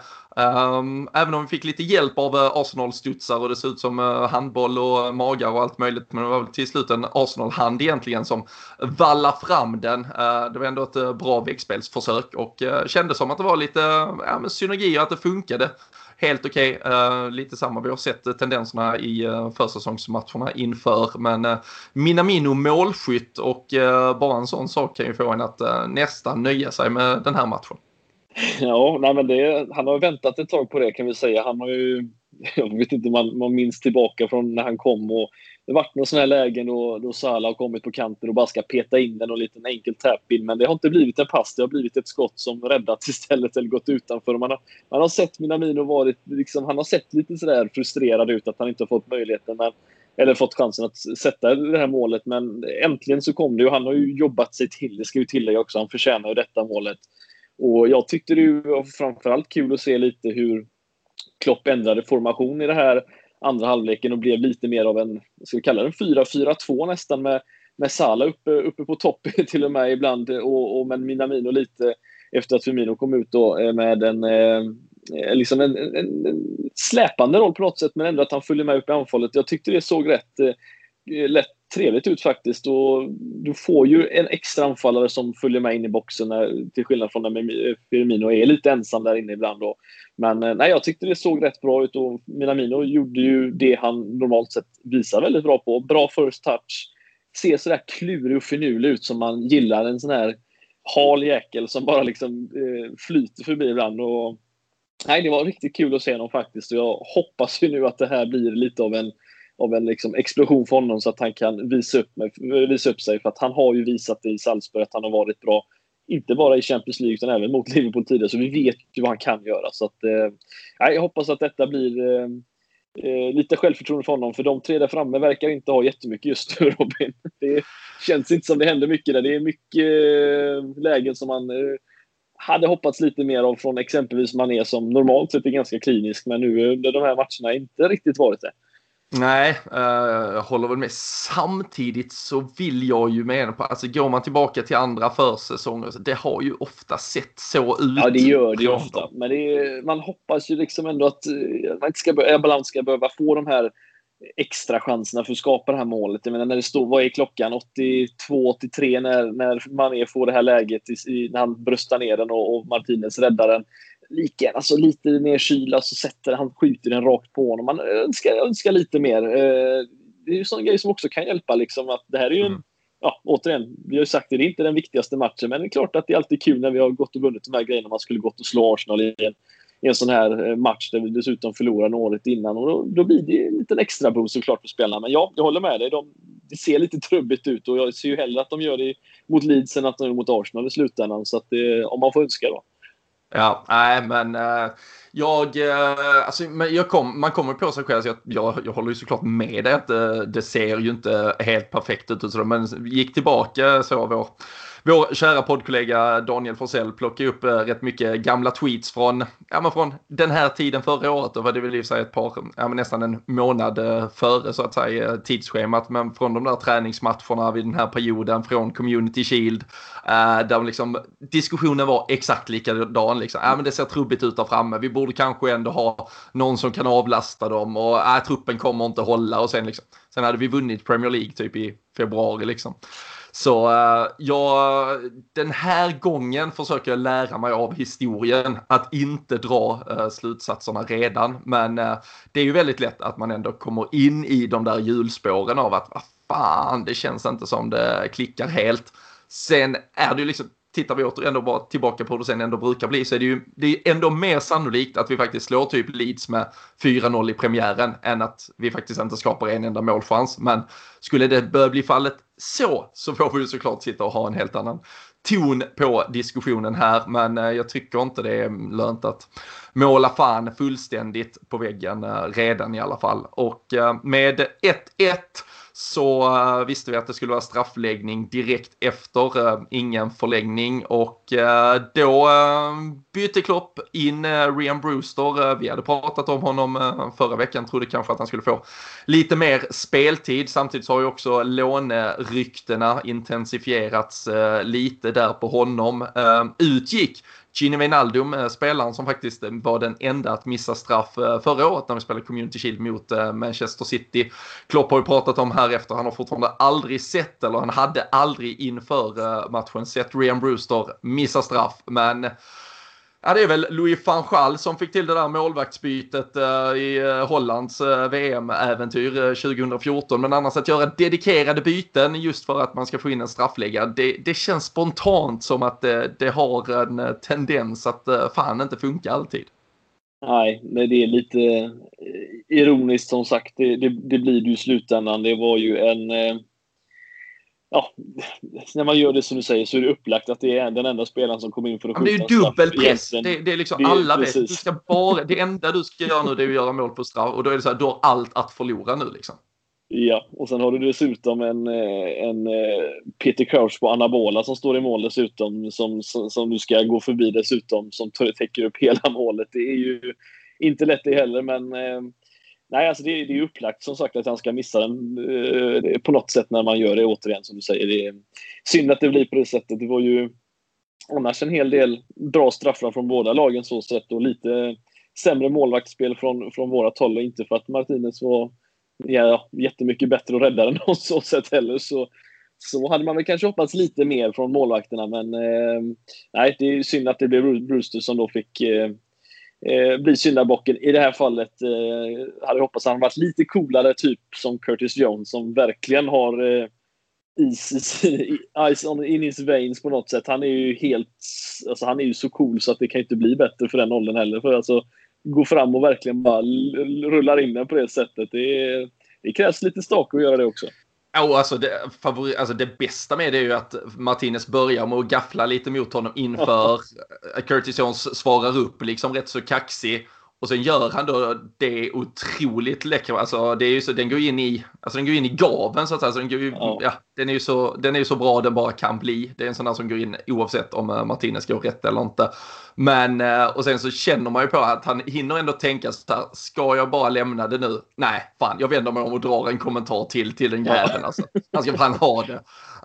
Även om vi fick lite hjälp av Arsenal-studsar, och det ser ut som handboll och magar och allt möjligt, men det var väl till slut en Arsenal-hand egentligen som vallar fram den. Det var ändå ett bra väggspelsförsök, och kändes som att det var lite synergi och att det funkade helt okej. Lite samma vi har sett tendenserna i försäsongsmatcherna inför, men Minamino målskytt, och bara en sån sak kan ju få en att nästan nöja sig med den här matchen. Ja, nej, men han har väntat ett tag på det, kan vi säga. Han har ju, jag vet inte, man minns tillbaka från när han kom, och det varit några sådana här lägen då Salah har kommit på kanten och bara ska peta in den och liten enkel tap-in, men det har inte blivit en pass, det har blivit ett skott som räddats istället eller gått utanför. Man har sett Minamino varit han har sett lite sådär frustrerad ut att han inte har fått möjligheten eller fått chansen att sätta det här målet, men äntligen så kom det, och han har ju jobbat sig till, det ska ju tillägga också, han förtjänar ju detta målet. Och jag tyckte det var framförallt kul att se lite hur Klopp ändrade formation i det här andra halvleken och blev lite mer av en, ska vi kalla det 4-4-2 nästan, med Salah uppe på topp till och med ibland, och med Minamino lite efter att Firmino kom ut då, med en släpande roll på något sätt, men ändå att han följer med upp i anfallet. Jag tyckte det såg rätt trevligt ut faktiskt. Och du får ju en extra anfallare som följer med in i boxen till skillnad från när Firmino är lite ensam där inne ibland. Då. Men nej, jag tyckte det såg rätt bra ut och Minamino gjorde ju det han normalt sett visar väldigt bra på. Bra first touch. Ser sådär klurig och finurlig ut som man gillar. En sån här hal jäkel som bara liksom flyter förbi ibland. Och nej, det var riktigt kul att se honom faktiskt. Och jag hoppas ju nu att det här blir lite av en liksom explosion för honom så att han kan visa upp sig. För att han har ju visat i Salzburg att han har varit bra. Inte bara i Champions League utan även mot Liverpool tidigare. Så vi vet ju vad han kan göra. Så att, jag hoppas att detta blir lite självförtroende för honom. För de tre där framme verkar inte ha jättemycket just nu, Robin. Det känns inte som det händer mycket där. Det är mycket lägen som man hade hoppats lite mer av från exempelvis Mané som normalt sett är ganska klinisk. Men nu under de här matcherna inte riktigt varit det. Nej, jag håller väl med. Samtidigt så vill jag ju mena på, alltså går man tillbaka till andra försäsonger, det har ju ofta sett så ut. Ja, det gör det ju ofta. Men man hoppas ju liksom ändå att man inte ska behöva få de här extra chanserna för att skapa det här målet. Jag menar, när det står, vad är klockan? 82-83 när Mané får det här läget när han bröstar ner den och Martinez räddar den. Alltså lite mer kyla så han skjuter den rakt på honom. Man önskar lite mer. Det är ju sån grej som också kan hjälpa liksom, att det här är ju återigen, vi har ju sagt det är inte den viktigaste matchen, men det är klart att det är alltid kul när vi har gått och vunnit de här grejerna. Man skulle gått och slå Arsenal i en sån här match där vi dessutom förlorade året innan, och då blir det en liten extra boost såklart för spelarna. Men ja, jag håller med dig. Det ser lite trubbigt ut och jag ser ju hellre att de gör det mot Leeds än att de gör det mot Arsenal i slutändan, så att om man får önska då. Ja, nej, men man kommer på sig själv, så jag håller ju såklart med det att det ser ju inte helt perfekt ut, men gick tillbaka så vår kära poddkollega Daniel Forsell plockade upp rätt mycket gamla tweets från den här tiden förra året, och var det väl i sig nästan en månad före så att säga tidsschemat, men från de där träningsmatcherna vid den här perioden från Community Shield, där liksom diskussionen var exakt likadan liksom. Men det ser trubbigt ut där framme, vi borde kanske ändå ha någon som kan avlasta dem, och truppen kommer inte hålla, och sen hade vi vunnit Premier League typ i februari liksom. Så den här gången försöker jag lära mig av historien att inte dra slutsatserna redan. Men det är ju väldigt lätt att man ändå kommer in i de där hjulspåren av att vad fan, det känns inte som det klickar helt. Sen är det ju liksom, tittar vi åter ändå bara tillbaka på hur det sen ändå brukar bli, så är det är ändå mer sannolikt att vi faktiskt slår typ Leeds med 4-0 i premiären än att vi faktiskt inte skapar en enda målchans. Men skulle det börja bli fallet så får vi ju såklart sitta och ha en helt annan ton på diskussionen här. Men jag tycker inte det är lönt att måla fan fullständigt på väggen redan i alla fall. Och med 1-1 så visste vi att det skulle vara straffläggning direkt efter, ingen förlängning, och då bytte Klopp in Ryan Brewster. Vi hade pratat om honom förra veckan, trodde kanske att han skulle få lite mer speltid. Samtidigt så har ju också låneryktena intensifierats lite där på honom. Utgick Gini Wijnaldum, spelaren som faktiskt var den enda att missa straff förra året när vi spelade Community Shield mot Manchester City. Klopp har ju pratat om här efter, han har fortfarande aldrig sett, eller han hade aldrig inför matchen sett Ryan Brewster missa straff, men det är väl Louis van Gaal som fick till det där målvaktsbytet i Hollands VM-äventyr 2014. Men annars att göra dedikerade byten just för att man ska få in en straffläggare, det känns spontant som att det har en tendens att fan inte funka alltid. Nej, det är lite ironiskt som sagt. Det blir det ju i slutändan. Det var ju när man gör det som du säger så är det upplagt att det är den enda spelaren som kommer in för att skjuta. Det är ju dubbelpress. Det är liksom alla vet. Du ska det enda du ska göra nu, det är att göra mål på straff, och då är det så här, du har allt att förlora nu liksom. Ja, och sen har du dessutom en Peter Crouch på anabola som står i mål dessutom, som du ska gå förbi dessutom, som täcker upp hela målet. Det är ju inte lätt det heller, men nej, alltså det är ju upplagt som sagt att han ska missa den på något sätt när man gör det, återigen som du säger. Det är synd att det blir på det sättet. Det var ju annars en hel del bra straffar från båda lagen så sett, och lite sämre målvaktsspel från våra håll, och inte för att Martinez var ja, jättemycket bättre att rädda den på så sätt heller. Så hade man väl kanske hoppats lite mer från målvakterna. Men nej, det är synd att det blev Brewster som då fick bli syndabocken. I det här fallet hade jag hoppats att han varit lite coolare, typ som Curtis Jones, som verkligen har ice in his veins på något sätt. Han är ju helt, alltså han är ju så cool så att det kan inte bli bättre för den åldern heller. För alltså gå fram och verkligen bara rullar in den på det sättet. Det krävs lite stak att göra det också. Ja, alltså det bästa med det är ju att Martinez börjar med att gaffla lite mot honom inför Curtis Jones svarar upp liksom rätt så kaxig. Och sen gör han då det otroligt läckra. Alltså det är ju så, den går in i gaven så att säga. Så den går ju, den är ju så bra den bara kan bli. Det är en sån där som går in oavsett om Martinez går rätt eller inte. Men och sen så känner man ju på att han hinner ändå tänka så här: ska jag bara lämna det nu? Nej, fan, jag vänder mig om och drar en kommentar till den jäveln alltså. Han ska fan ha det.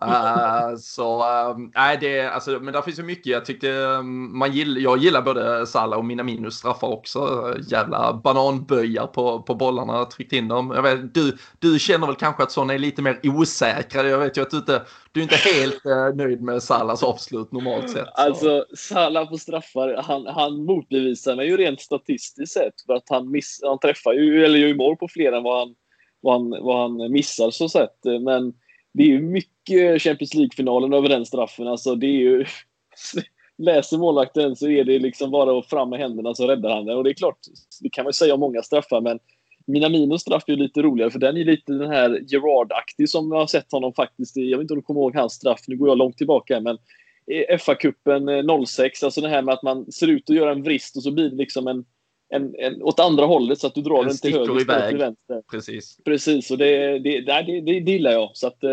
Men där finns ju mycket. Jag tyckte jag gillar både Salah och Minaminos straffar också. Jävla bananböjar på bollarna, tryckt in dem. Jag vet, du känner väl kanske att sådana är lite mer osäkra. Jag vet ju att du är inte helt nöjd med Salahs avslut normalt sett. Så. Alltså Salah på straffar, han motbevisar mig ju rent statistiskt sett, för att han träffar ju, eller gör ju mål på fler än vad han missar så sett. Men det är ju mycket Champions League-finalen över den straffen. Alltså det är ju läser målvakten så är det liksom bara att fram med händerna så räddar han den. Och det är klart, det kan man ju säga om många straffar, men Minaminos straff är ju lite roligare, för den är lite den här Gerrard-aktig som jag har sett honom faktiskt i. Jag vet inte om du kommer ihåg hans straff, nu går jag långt tillbaka, men i FA-cupen 06, alltså det här med att man ser ut att göra en vrist och så blir det liksom en åt andra hållet så att du drar den till höger och till vänster. Precis, och det gillar jag. Så att,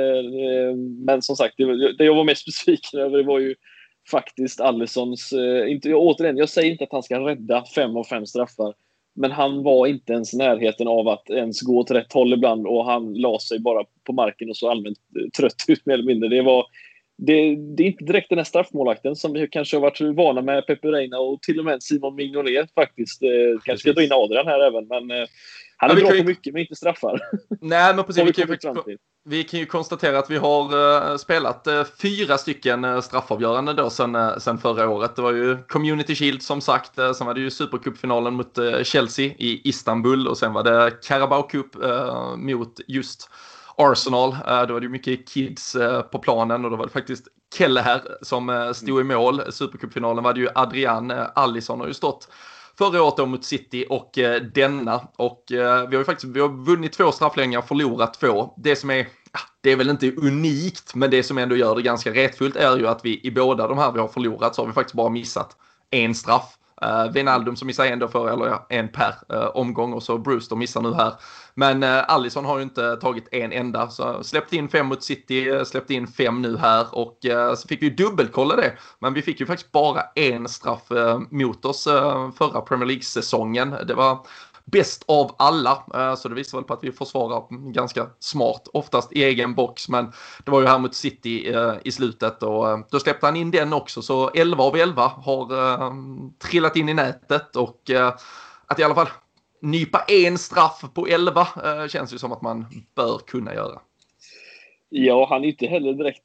men som sagt, det jag var mest besviken över var ju faktiskt Alissons, jag säger inte att han ska rädda 5 av 5 straffar, men han var inte ens i närheten av att ens gå åt rätt håll ibland, och han la sig bara på marken och så allmänt trött ut mer eller mindre. Det är inte direkt den här straffmålakten som vi kanske har varit vana med, Pepe Reina och till och med Simon Mignolet faktiskt. Kanske ska dra in Adrian här även, men han är bra på mycket, men inte straffar. Nej, men precis. Vi kan ju konstatera att vi har spelat 4 stycken straffavgörande då sen förra året. Det var ju Community Shield som sagt. Sen var det ju Supercup-finalen mot Chelsea i Istanbul. Och sen var det Carabao Cup mot just Arsenal. Då var det ju mycket kids på planen. Och då var det faktiskt Kelleher som stod i mål. Supercup-finalen var det ju Adrian. Alisson har ju stått förra året mot City och denna. Och vi har vunnit 2 straffläggningar, förlorat 2. Det är väl inte unikt, men det som ändå gör det ganska rättfullt är ju att vi i båda de här vi har förlorat så har vi faktiskt bara missat 1 straff. Wijnaldum som missar en per omgång, och så Brewster missar nu här. Men Alisson har ju inte tagit en enda, så släppt in 5 mot City, släppt in 5 nu här, och så fick vi dubbelkolla det. Men vi fick ju faktiskt bara 1 straff mot oss förra Premier League-säsongen. Det var bäst av alla, så det visar väl på att vi försvarar ganska smart, oftast i egen box, men det var ju här mot City i slutet, och då släppte han in den också, så 11 av 11 har trillat in i nätet, och att i alla fall nypa 1 straff på 11 känns ju som att man bör kunna göra. Ja, han är inte heller direkt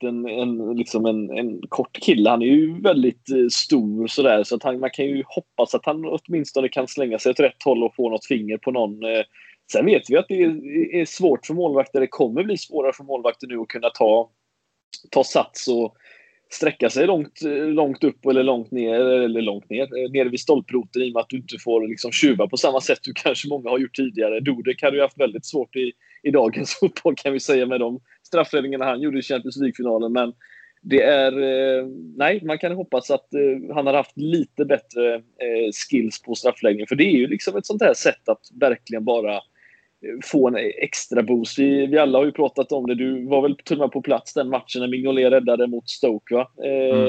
en kort kille. Han är ju väldigt stor sådär, så att man kan ju hoppas att han åtminstone kan slänga sig åt rätt håll och få något finger på någon. Sen vet vi att det är svårt för målvakter. Det kommer bli svårare för målvakter nu att kunna ta sats och sträcka sig långt upp eller långt ner nere vid stolproten, i och med att du inte får liksom tjuva på samma sätt du kanske många har gjort tidigare. Dudek hade ju haft väldigt svårt i dagens fotboll, kan vi säga, med de straffräddningarna han gjorde i Champions League-finalen. Men det är man kan hoppas att han har haft lite bättre skills på straffläggning, för det är ju liksom ett sånt här sätt att verkligen bara få en extra boost. Vi alla har ju pratat om det. Du var väl till och med på plats den matchen när Mignolet räddade mot Stoke, va?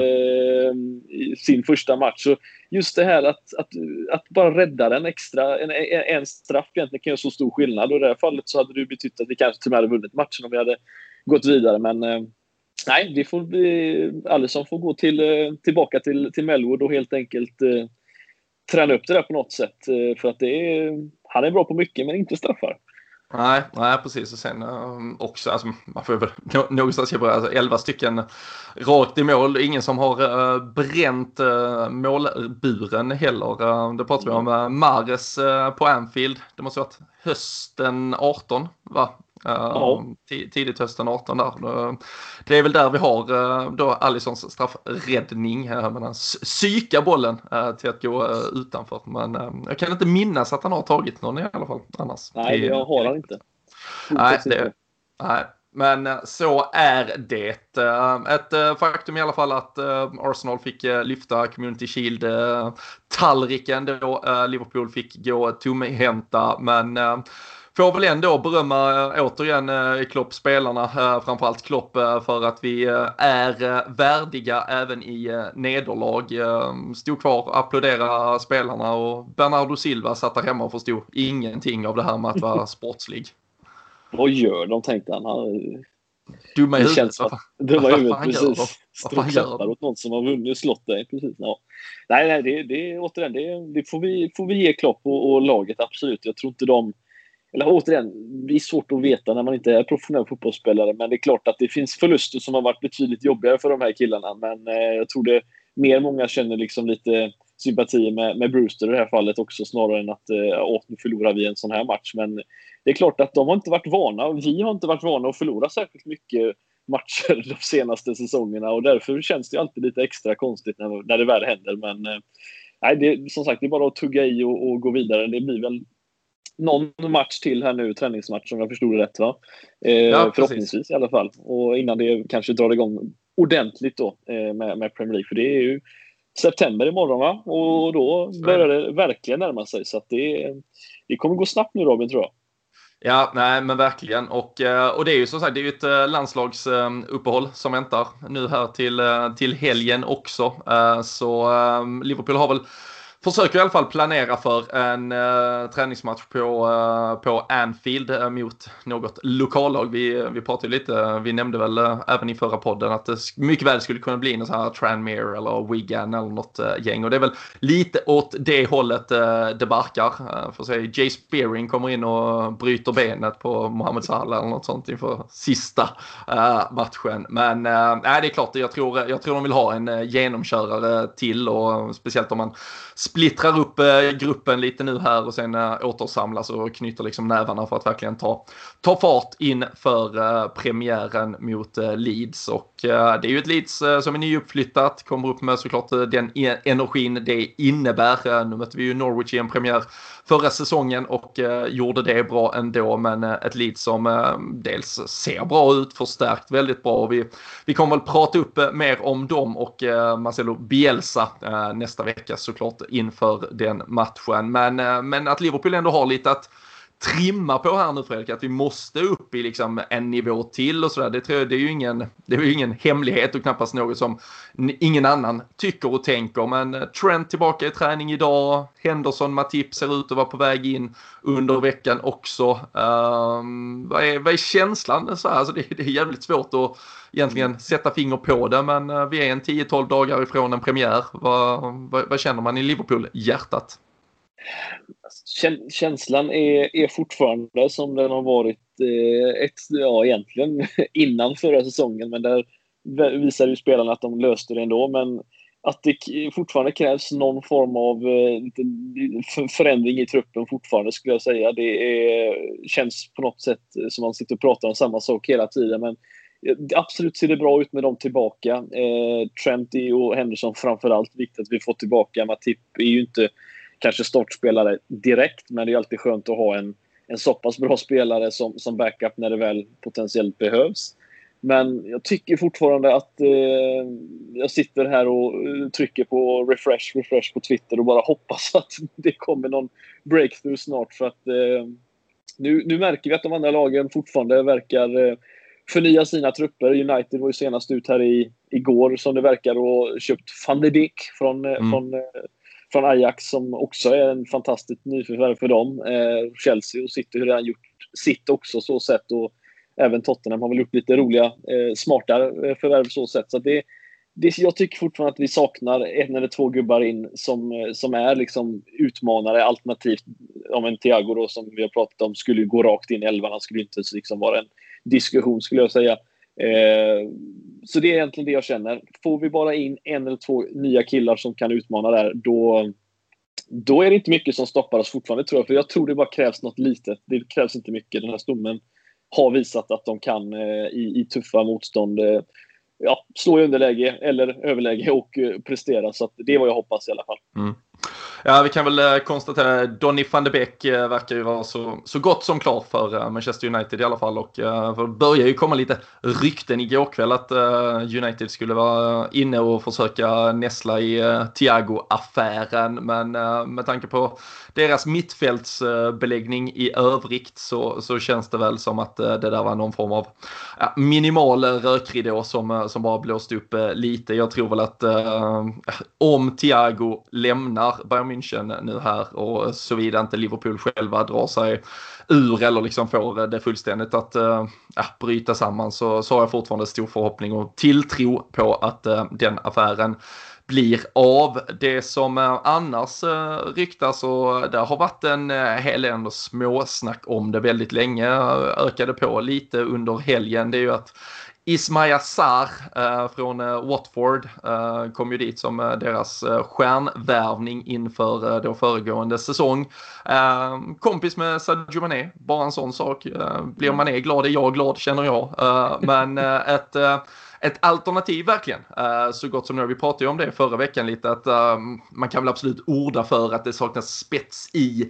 I sin första match. Så just det här att bara rädda en straff egentligen kan göra så stor skillnad. Och i det här fallet så hade det betytt att vi kanske till och med hade vunnit matchen om vi hade gått vidare. Men nej, det får bli Alisson får gå tillbaka till Melwood och helt enkelt träna upp det där på något sätt. För att han är bra på mycket, men inte straffar. Nej, precis. Och sen också, alltså, man får väl någonstans ge bra, alltså 11 stycken rakt i mål. Ingen som har bränt målburen heller. Det pratar vi om Mares på Anfield. Det måste ha varit hösten 18, va? Ja. Tidigt hösten 18 där. Det är väl där vi har då Alissons straffräddning. Men han psykar bollen till att gå utanför. Men jag kan inte minnas att han har tagit någon i alla fall annars. Nej, det har han inte. Nej, men så är det. Ett faktum i alla fall att Arsenal fick lyfta Community Shield-tallriken då Liverpool fick gå tomhänta, men får väl ändå berömma återigen Klopp-spelarna, framförallt Klopp, för att vi är värdiga även i nederlag. Stod kvar, applådera spelarna, och Bernardo Silva satt där hemma och förstod ingenting av det här med att vara sportslig. Vad gör de, tänkte han. Dumma i huvudet. Dumma i huvudet, precis. Vad fan gör de? Åt någon som har vunnit slottet, precis. Ja. Nej, det återigen, det får vi ge Klopp och laget, absolut. Jag tror inte eller återigen, det är svårt att veta när man inte är professionell fotbollsspelare, men det är klart att det finns förluster som har varit betydligt jobbigare för de här killarna, men jag tror det mer många känner liksom lite sympati med Brewster i det här fallet också, snarare än att nu förlorar vi en sån här match. Men det är klart att de har inte varit vana, vi har inte varit vana att förlora särskilt mycket matcher de senaste säsongerna, och därför känns det alltid lite extra konstigt när det väl händer. Men nej, som sagt, det är bara att tugga i och gå vidare. Det blir väl någon match till här nu, träningsmatch, om jag förstod det rätt, va? Förhoppningsvis i alla fall. Och innan det kanske drar igång ordentligt då med Premier League. För det är ju september imorgon, va? Och då börjar det verkligen närma sig. Så att det kommer gå snabbt nu, Robin, tror jag. Ja, nej, men verkligen. Och det är ju som sagt, det är ju ett landslagsuppehåll som väntar nu här till helgen också. Så Liverpool har väl försöker i alla fall planera för en träningsmatch på Anfield mot något lokallag. Vi pratade lite, vi nämnde väl även i förra podden att det mycket väl skulle kunna bli en sån här Tranmere eller Wigan eller något gäng. Och det är väl lite åt det hållet det barkar. För att säga, Jay Spearing kommer in och bryter benet på Mohamed Salah eller något sånt inför sista matchen. Men det är klart, jag tror de vill ha en genomkörare till, och speciellt om man splittrar upp gruppen lite nu här och sen återsamlas och knyter liksom nävarna för att verkligen ta fart in för premiären mot Leeds. Och det är ju ett Leeds som är nyuppflyttat, kommer upp med såklart den energin det innebär. Nu mötte vi ju Norwich i en premiär förra säsongen och gjorde det bra ändå, men ett Leeds som dels ser bra ut, förstärkt väldigt bra, och vi kommer väl prata upp mer om dem och Marcelo Bielsa nästa vecka såklart inför den matchen. Men att Liverpool ändå har lite att trimma på här nu, Fredrik, att vi måste upp i liksom en nivå till och sådär. Det är ju ingen hemlighet och knappast något som ingen annan tycker och tänker. Men Trent tillbaka i träning idag. Henderson, Matip ser ut att vara på väg in under veckan också. Vad är känslan? Så här? Alltså det är jävligt svårt att egentligen sätta finger på det, men vi är en 10-12 dagar ifrån en premiär. Vad känner man i Liverpool-hjärtat? Känslan är fortfarande som den har varit egentligen innan förra säsongen, men där visar ju spelarna att de löste det ändå. Men att det fortfarande krävs någon form av förändring i truppen fortfarande, skulle jag säga. Känns på något sätt som man sitter och pratar om samma sak hela tiden, men absolut ser det bra ut med dem tillbaka. Trent och Henderson framförallt, viktigt att vi får tillbaka. Matip är ju inte kanske startspelare direkt, men det är alltid skönt att ha en så pass bra spelare som backup när det väl potentiellt behövs. Men jag tycker fortfarande att jag sitter här och trycker på refresh på Twitter och bara hoppas att det kommer någon breakthrough snart, för att nu märker vi att de andra lagen fortfarande verkar förnya sina trupper. United var ju senast ut här igår som det verkar, och köpt Van de Beek från Ajax, som också är en fantastisk nyförvärv för dem. Chelsea och City har redan gjort sitt också så sätt, och även Tottenham har väl gjort lite roliga, smartare förvärv så sätt. Så det jag tycker fortfarande att vi saknar en eller två gubbar in som är liksom utmanare, alternativt om en Thiago då, som vi har pratat om, skulle gå rakt in i elvan. Han skulle inte liksom vara en diskussion, skulle jag säga. Så det är egentligen det jag känner. Får vi bara in en eller två nya killar som kan utmana där, då är det inte mycket som stoppar oss fortfarande, tror jag. För jag tror det bara krävs något litet. Det krävs inte mycket. Den här stommen har visat att de kan i tuffa motstånd slå i underläge eller överläge och prestera. Så att det är vad jag hoppas i alla fall. Mm. Ja, vi kan väl konstatera att Donny van de Beek verkar ju vara så gott som klar för Manchester United i alla fall. Och det börjar ju komma lite rykten igår kväll att United skulle vara inne och försöka näsla i Thiago-affären. Men med tanke på deras mittfältsbeläggning i övrigt så känns det väl som att det där var någon form av minimal rökridå som bara blåst upp lite. Jag tror väl att om Thiago lämnar Bayern München nu här, och såvida inte Liverpool själva drar sig ur eller liksom får det fullständigt att bryta samman, så har jag fortfarande stor förhoppning och tilltro på att den affären blir av. Det som annars ryktas, och det har varit en hel del småsnack om det väldigt länge, ökade på lite under helgen, det är ju att Ismaïla Sarr från Watford kom ju dit som deras stjärnvärvning inför då föregående säsong. Kompis med Sadio Mané, bara en sån sak. Blir Mané glad är jag glad, känner jag. Men ett alternativ verkligen. Så gott som nu, vi pratade ju om det förra veckan lite, att man kan väl absolut orda för att det saknas spets i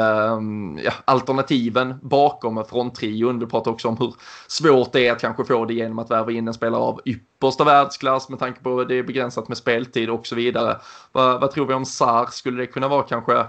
alternativen bakom fronttrion. Du pratar också om hur svårt det är att kanske få det genom att värva in en spelare av yppersta världsklass med tanke på att det är begränsat med speltid och så vidare. Vad tror vi om Sarr? Skulle det kunna vara kanske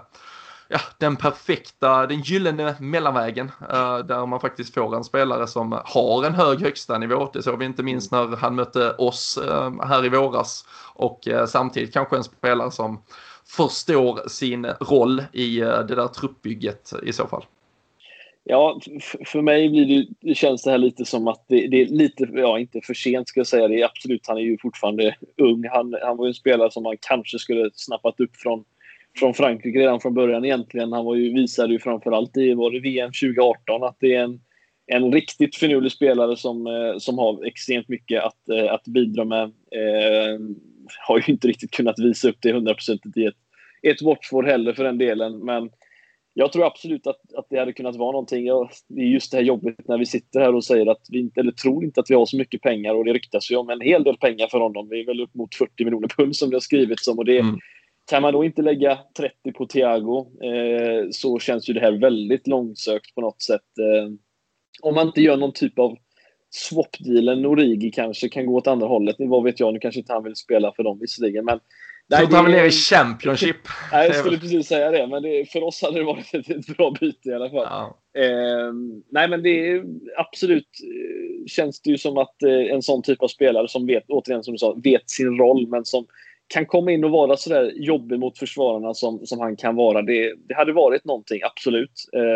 den gyllene mellanvägen där man faktiskt får en spelare som har en hög högsta nivå? Det såg vi inte minst när han mötte oss här i våras, och samtidigt kanske en spelare som förstår sin roll i det där truppbygget i så fall. Ja, för mig känns det här lite som att det är lite, inte för sent ska jag säga. Det är absolut, han är ju fortfarande ung. Han var ju en spelare som man kanske skulle snappat upp från Frankrike redan från början egentligen. Han visade ju framförallt i VM 2018 att det är en riktigt finurlig spelare som har extremt mycket att bidra med. Har ju inte riktigt kunnat visa upp det 100% i ett Watford heller för den delen, men jag tror absolut att det hade kunnat vara någonting. Det är just det här jobbet när vi sitter här och säger att vi inte, eller tror inte att vi har så mycket pengar, och det ryktas ju om en hel del pengar för honom. Vi är väl upp mot 40 miljoner pund som det har skrivits om, och det kan man då inte lägga 30 på Thiago, så känns ju det här väldigt långsökt på något sätt. Om man inte gör någon typ av swap-dealen, Origi kanske kan gå åt andra hållet. Vad vet jag, nu kanske inte han vill spela för dem visserligen, men så tar vi ner i Championship. Nej, jag skulle precis säga det, men för oss hade det varit ett bra byte i alla fall. Ja. Nej, men det är absolut, känns det ju som att en sån typ av spelare som vet, återigen som du sa, vet sin roll, men som kan komma in och vara så där jobbig mot försvararna som han kan vara. Det hade varit någonting, absolut.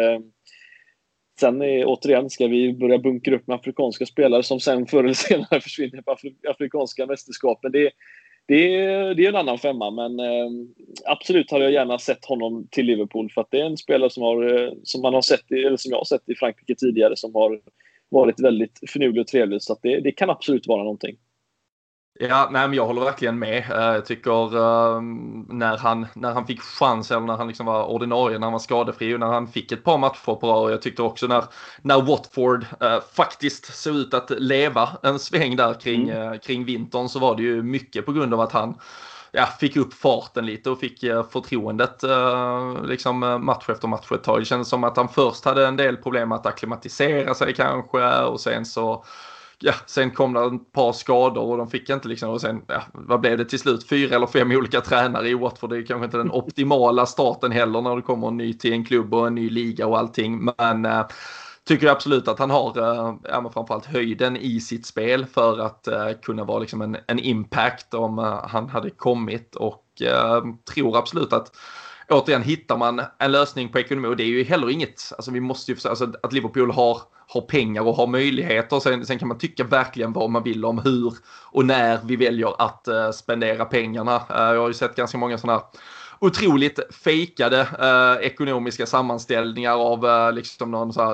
Sen återigen, ska vi börja bunkra upp med afrikanska spelare som sen förr eller senare försvinner på afrikanska mästerskapen. Det är en annan femma, men absolut hade jag gärna sett honom till Liverpool, för att det är en spelare som man har sett eller som jag har sett i Frankrike tidigare, som har varit väldigt finurlig och trevlig, så att det kan absolut vara någonting. Ja, nej, men jag håller verkligen med. Jag tycker när han fick chans, eller när han liksom var ordinarie, när han var skadefri, och när han fick ett par matcher på rad. Jag tyckte också när Watford faktiskt såg ut att leva en sväng där kring vintern, så var det ju mycket på grund av att han fick upp farten lite och fick förtroendet liksom match efter match ett tag. Det kändes som att han först hade en del problem med att akklimatisera sig kanske, och sen kom det ett par skador och de fick inte liksom, och sen, vad blev det till slut? 4 eller 5 olika tränare i Watford. Det är kanske inte den optimala starten heller när det kommer en ny till en klubb och en ny liga och allting, men tycker jag absolut att han har framförallt höjden i sitt spel för att kunna vara liksom en impact om han hade kommit, och tror absolut att återigen hittar man en lösning på ekonomi, och det är ju heller inget, alltså vi måste ju alltså att Liverpool har pengar och har möjligheter. Sen kan man tycka verkligen vad man vill om hur och när vi väljer att spendera pengarna. Jag har ju sett ganska många sådana otroligt fejkade ekonomiska sammanställningar av liksom någon så här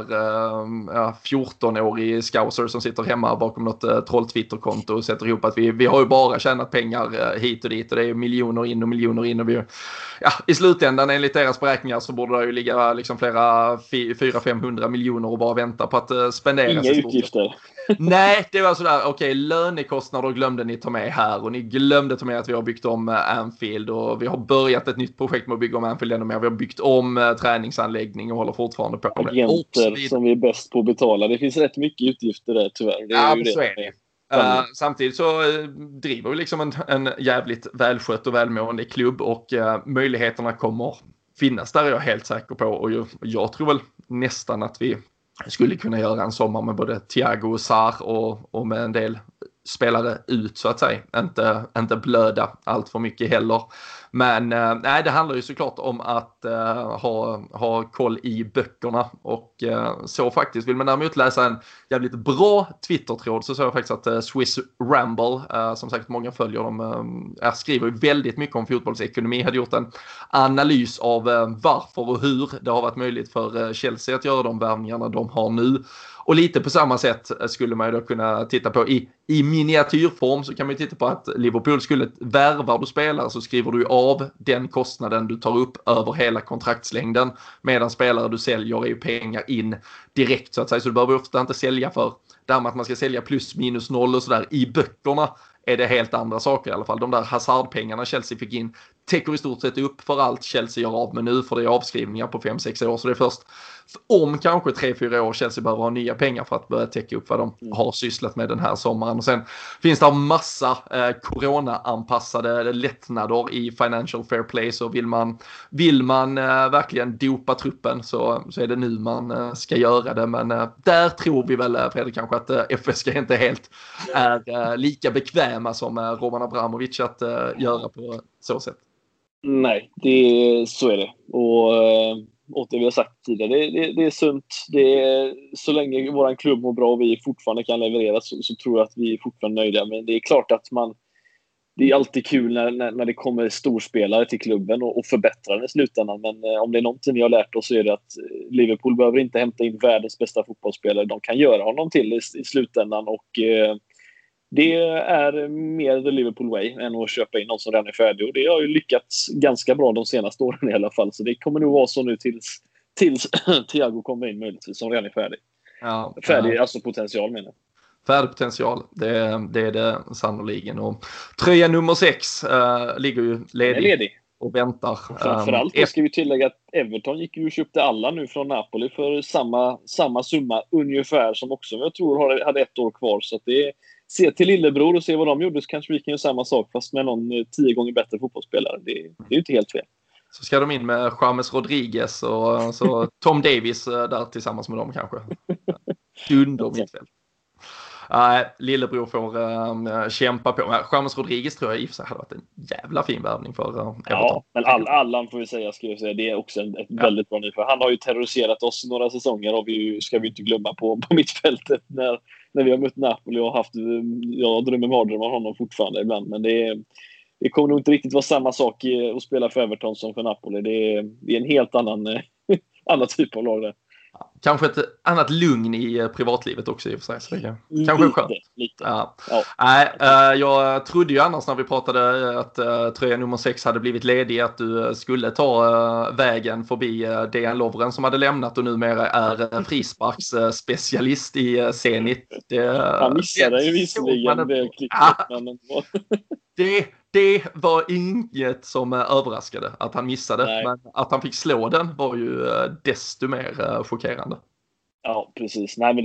14-årig scouser som sitter hemma bakom något troll-Twitter-konto och sätter ihop att vi har ju bara tjänat pengar hit och dit, och det är miljoner in och miljoner in, och vi, i slutändan enligt deras beräkningar så borde det ju ligga liksom flera 400-500 miljoner och bara vänta på att spendera. Inga utgifter. Nej, det var sådär, okej, lönekostnader glömde ni ta med här, och ni glömde ta med att vi har byggt om Anfield, och vi har börjat ett nytt projekt med att bygga om Anfield ännu mer. Vi har byggt om träningsanläggning och håller fortfarande på med agenter som vi är bäst på att betala. Det finns rätt mycket utgifter där tyvärr. Det är ju så är det. Samtidigt så driver vi liksom en jävligt välskött och välmående klubb, och möjligheterna kommer finnas där, är jag helt säker på, och jag tror väl nästan att vi skulle kunna göra en sommar med både Thiago och Sarr och med en del spelare ut så att säga. Inte blöda allt för mycket heller. Men nej, det handlar ju såklart om att ha koll i böckerna, och så faktiskt vill man däremot läsa en jävligt bra Twitter-tråd, så jag faktiskt att Swiss Ramble, som sagt många följer dem, skriver ju väldigt mycket om fotbollsekonomi, hade gjort en analys av varför och hur det har varit möjligt för Chelsea att göra de värvningarna de har nu. Och lite på samma sätt skulle man ju då kunna titta på i miniatyrform, så kan man ju titta på att Liverpool skulle värva du spelare, så skriver du av den kostnaden du tar upp över hela kontraktslängden, medan spelare du säljer är ju pengar in direkt så att säga, så du behöver ofta inte sälja för därmed att man ska sälja plus minus noll och sådär. I böckerna är det helt andra saker i alla fall. De där Hazard-pengarna Chelsea fick in täcker i stort sett upp för allt Chelsea gör av med nu, för det är avskrivningar på 5-6 år, så det är först om kanske 3-4 år Chelsea behöver ha nya pengar för att börja täcka upp vad de har sysslat med den här sommaren. Och sen finns det massa corona-anpassade lättnader i financial fair play, så vill man verkligen dopa truppen så är det nu man ska göra det. Men där tror vi väl, Fredrik, kanske att FSG inte helt är lika bekväma som Roman Abramovic att göra på så sätt. Nej, så är det. Och åt det vi har sagt tidigare, det är sunt. Så länge våran klubb mår bra och vi fortfarande kan leverera så tror jag att vi är fortfarande nöjda. Men det är klart att det är alltid kul när det kommer storspelare till klubben och förbättrar den i slutändan. Men om det är någonting vi har lärt oss så är det att Liverpool behöver inte hämta in världens bästa fotbollsspelare. De kan göra honom till i slutändan, och det är mer the Liverpool way än att köpa in någon som redan är färdig. Och det har ju lyckats ganska bra de senaste åren i alla fall. Så det kommer nog vara så nu tills Thiago kommer in möjligtvis som redan är färdig. Ja, färdig, alltså potential menar jag. Färdig potential, det är det sannoliken. Och tröja nummer 6 ligger ju ledig och väntar. Framförallt ska vi tillägga att Everton gick ju och köpte alla nu från Napoli för samma summa ungefär, som också jag tror hade 1 år kvar. Så att det se till lillebror och se vad de gjorde, så kanske vi kan göra samma sak fast med någon 10 gånger bättre fotbollsspelare. Det är ju inte helt fel. Så ska de in med James Rodriguez och så Tom Davis där tillsammans med dem kanske. Under mittfält. Lillebror får kämpa på. James Rodriguez tror jag i och för sig hade varit en jävla fin värvning för Everton. Ja, men Allan får vi säga, det är också ett väldigt bra nyförvärv. Han har ju terroriserat oss några säsonger, och ska vi inte glömma på mittfältet när vi har mött Napoli och haft, jag drömmer mardröm om honom fortfarande ibland, men det kommer nog inte riktigt vara samma sak att spela för Everton som för Napoli. Det är en helt annan typ av lag där. Kanske ett annat lugn i privatlivet också i och för sig. Så det kanske är skönt. Lite. Ja. Ja. Jag trodde ju annars när vi pratade att tröja nummer 6 hade blivit ledig, att du skulle ta vägen förbi Dejan Lovren som hade lämnat och numera är frisparksspecialist i Zenit. Han missade ju visserligen det klippet. Det var inget som överraskade att han missade. Nej. Men att han fick slå den var ju desto mer chockerande. Ja, precis. Nej, men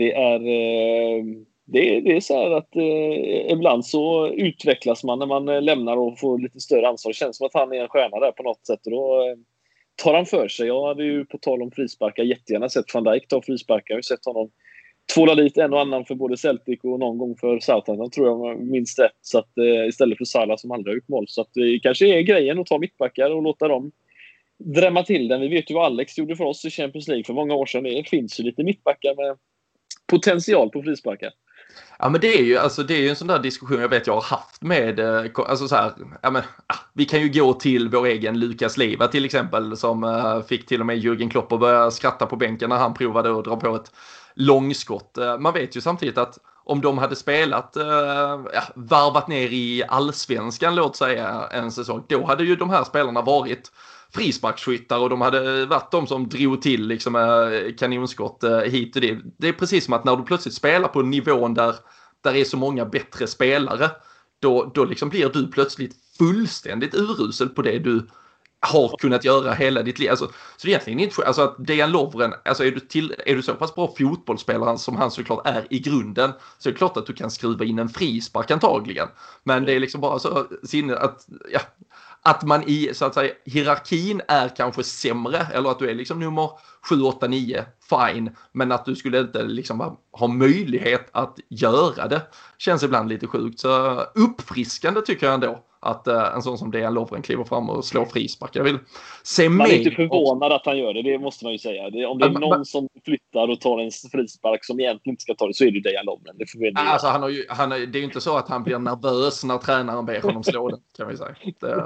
det är så här att ibland så utvecklas man när man lämnar och får lite större ansvar. Det känns som att han är en stjärna där på något sätt. Och då tar han för sig. Jag hade ju på tal om frisparkar jättegärna sett Van Dijk ta frisparkar. Jag har ju sett honom tvåla dit en och annan för både Celtic och någon gång för Southampton, tror jag minst ett. Så att istället för Salah som aldrig har gjort mål. Så att det kanske är grejen att ta mittbackar och låta dem drämma till den. Vi vet ju vad Alex gjorde för oss i Champions League för många år sedan. Det finns ju lite mittbackar med potential på frisparkar. Ja, men det är ju en sån där diskussion jag vet jag har haft med, alltså så här, vi kan ju gå till vår egen Lukas Leiva till exempel, som fick till och med Jürgen Klopp att börja skratta på bänken när han provade att dra på ett långskott. Man vet ju samtidigt att om de hade spelat, varvat ner i allsvenskan, låt säga en säsong, då hade ju de här spelarna varit frisparksskyttar och de hade varit de som drog till liksom kanonskott hit och det. Det är precis som att när du plötsligt spelar på nivån där är så många bättre spelare, då liksom blir du plötsligt fullständigt urusel på det du har kunnat göra hela ditt liv. Alltså, så det är egentligen inte, alltså att Dejan Lovren, alltså är du så pass bra fotbollsspelare som han såklart är i grunden, så är det klart att du kan skruva in en frispark antagligen. Men det är liksom bara så sinne att man i, så att säga, hierarkin är kanske sämre, eller att du är liksom nummer 7, 8, 9, fine, men att du skulle inte liksom ha möjlighet att göra det känns ibland lite sjukt. Så uppfriskande tycker jag ändå att en sån som Dejan Lovren kliver fram och slår frispark. Jag vill se man är inte förvånad att han gör det måste man ju säga. Om det är någon som flyttar och tar en frispark som egentligen inte ska ta det, så är det Dejan Lovren. Det är ju inte så att han blir nervös när tränaren ber honom slå den, kan vi säga.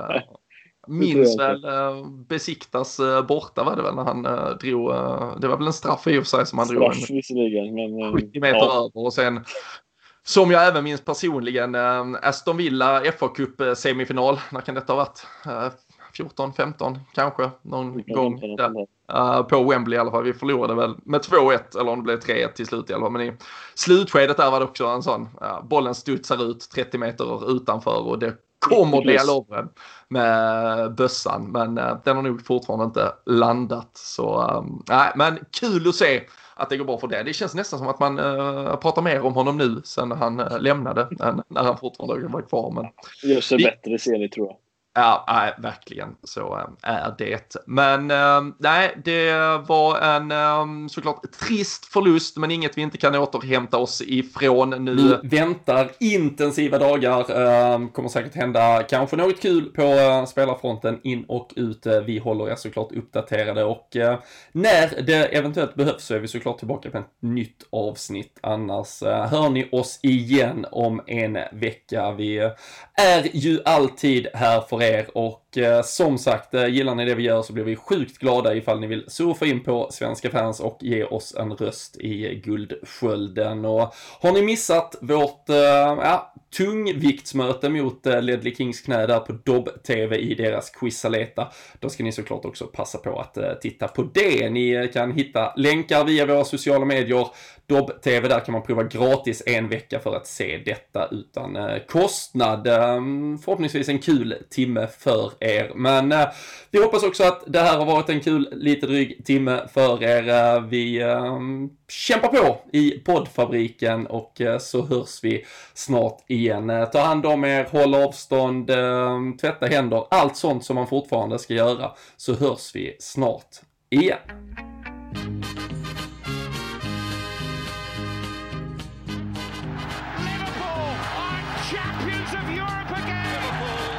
Minns väl Besiktas borta var det väl när han drog, det var väl en straff i och för sig som han drog 70 meter över, och sen som jag även minns personligen, Aston Villa FA Cup semifinal, när kan detta ha varit? 14-15 kanske, någon gång där, på Wembley i alla fall. Vi förlorade väl med 2-1, eller om det blev 3-1 till slut i alla fall. Men i slutskedet där var det också en sån, bollen studsar ut 30 meter utanför och det kommer Dejan Lovren med bössan, men den har nog fortfarande inte landat. Så men kul att se att det går bra för det. Det känns nästan som att man pratar mer om honom nu sen när han lämnade än när han fortfarande var kvar. Men gör sig bättre serie, tror jag. Ja, verkligen så är det. Men nej, det var en såklart trist förlust, men inget vi inte kan återhämta oss ifrån nu. Nu väntar intensiva dagar. Kommer säkert hända kanske något kul på spelarfronten in och ut. Vi håller er såklart uppdaterade, och när det eventuellt behövs så är vi såklart tillbaka på ett nytt avsnitt. Annars hör ni oss igen om en vecka. Vi är ju alltid här för er, och som sagt, gillar ni det vi gör så blir vi sjukt glada ifall ni vill surfa in på Svenska Fans och ge oss en röst i Guldskölden. Och har ni missat vårt tungviktsmöte mot Ledley Kings knä där på Dobb TV i deras quizaleta, då ska ni såklart också passa på att titta på det. Ni kan hitta länkar via våra sociala medier. Dobb TV, där kan man prova gratis en vecka för att se detta utan kostnad. Förhoppningsvis en kul timme för er. Men vi hoppas också att det här har varit en kul lite dryg timme för er. Vi kämpar på i poddfabriken, och så hörs vi snart igen. Ta hand om er, håll avstånd, tvätta händer, allt sånt som man fortfarande ska göra, så hörs vi snart igen. Liverpool are champions of Europe again. Liverpool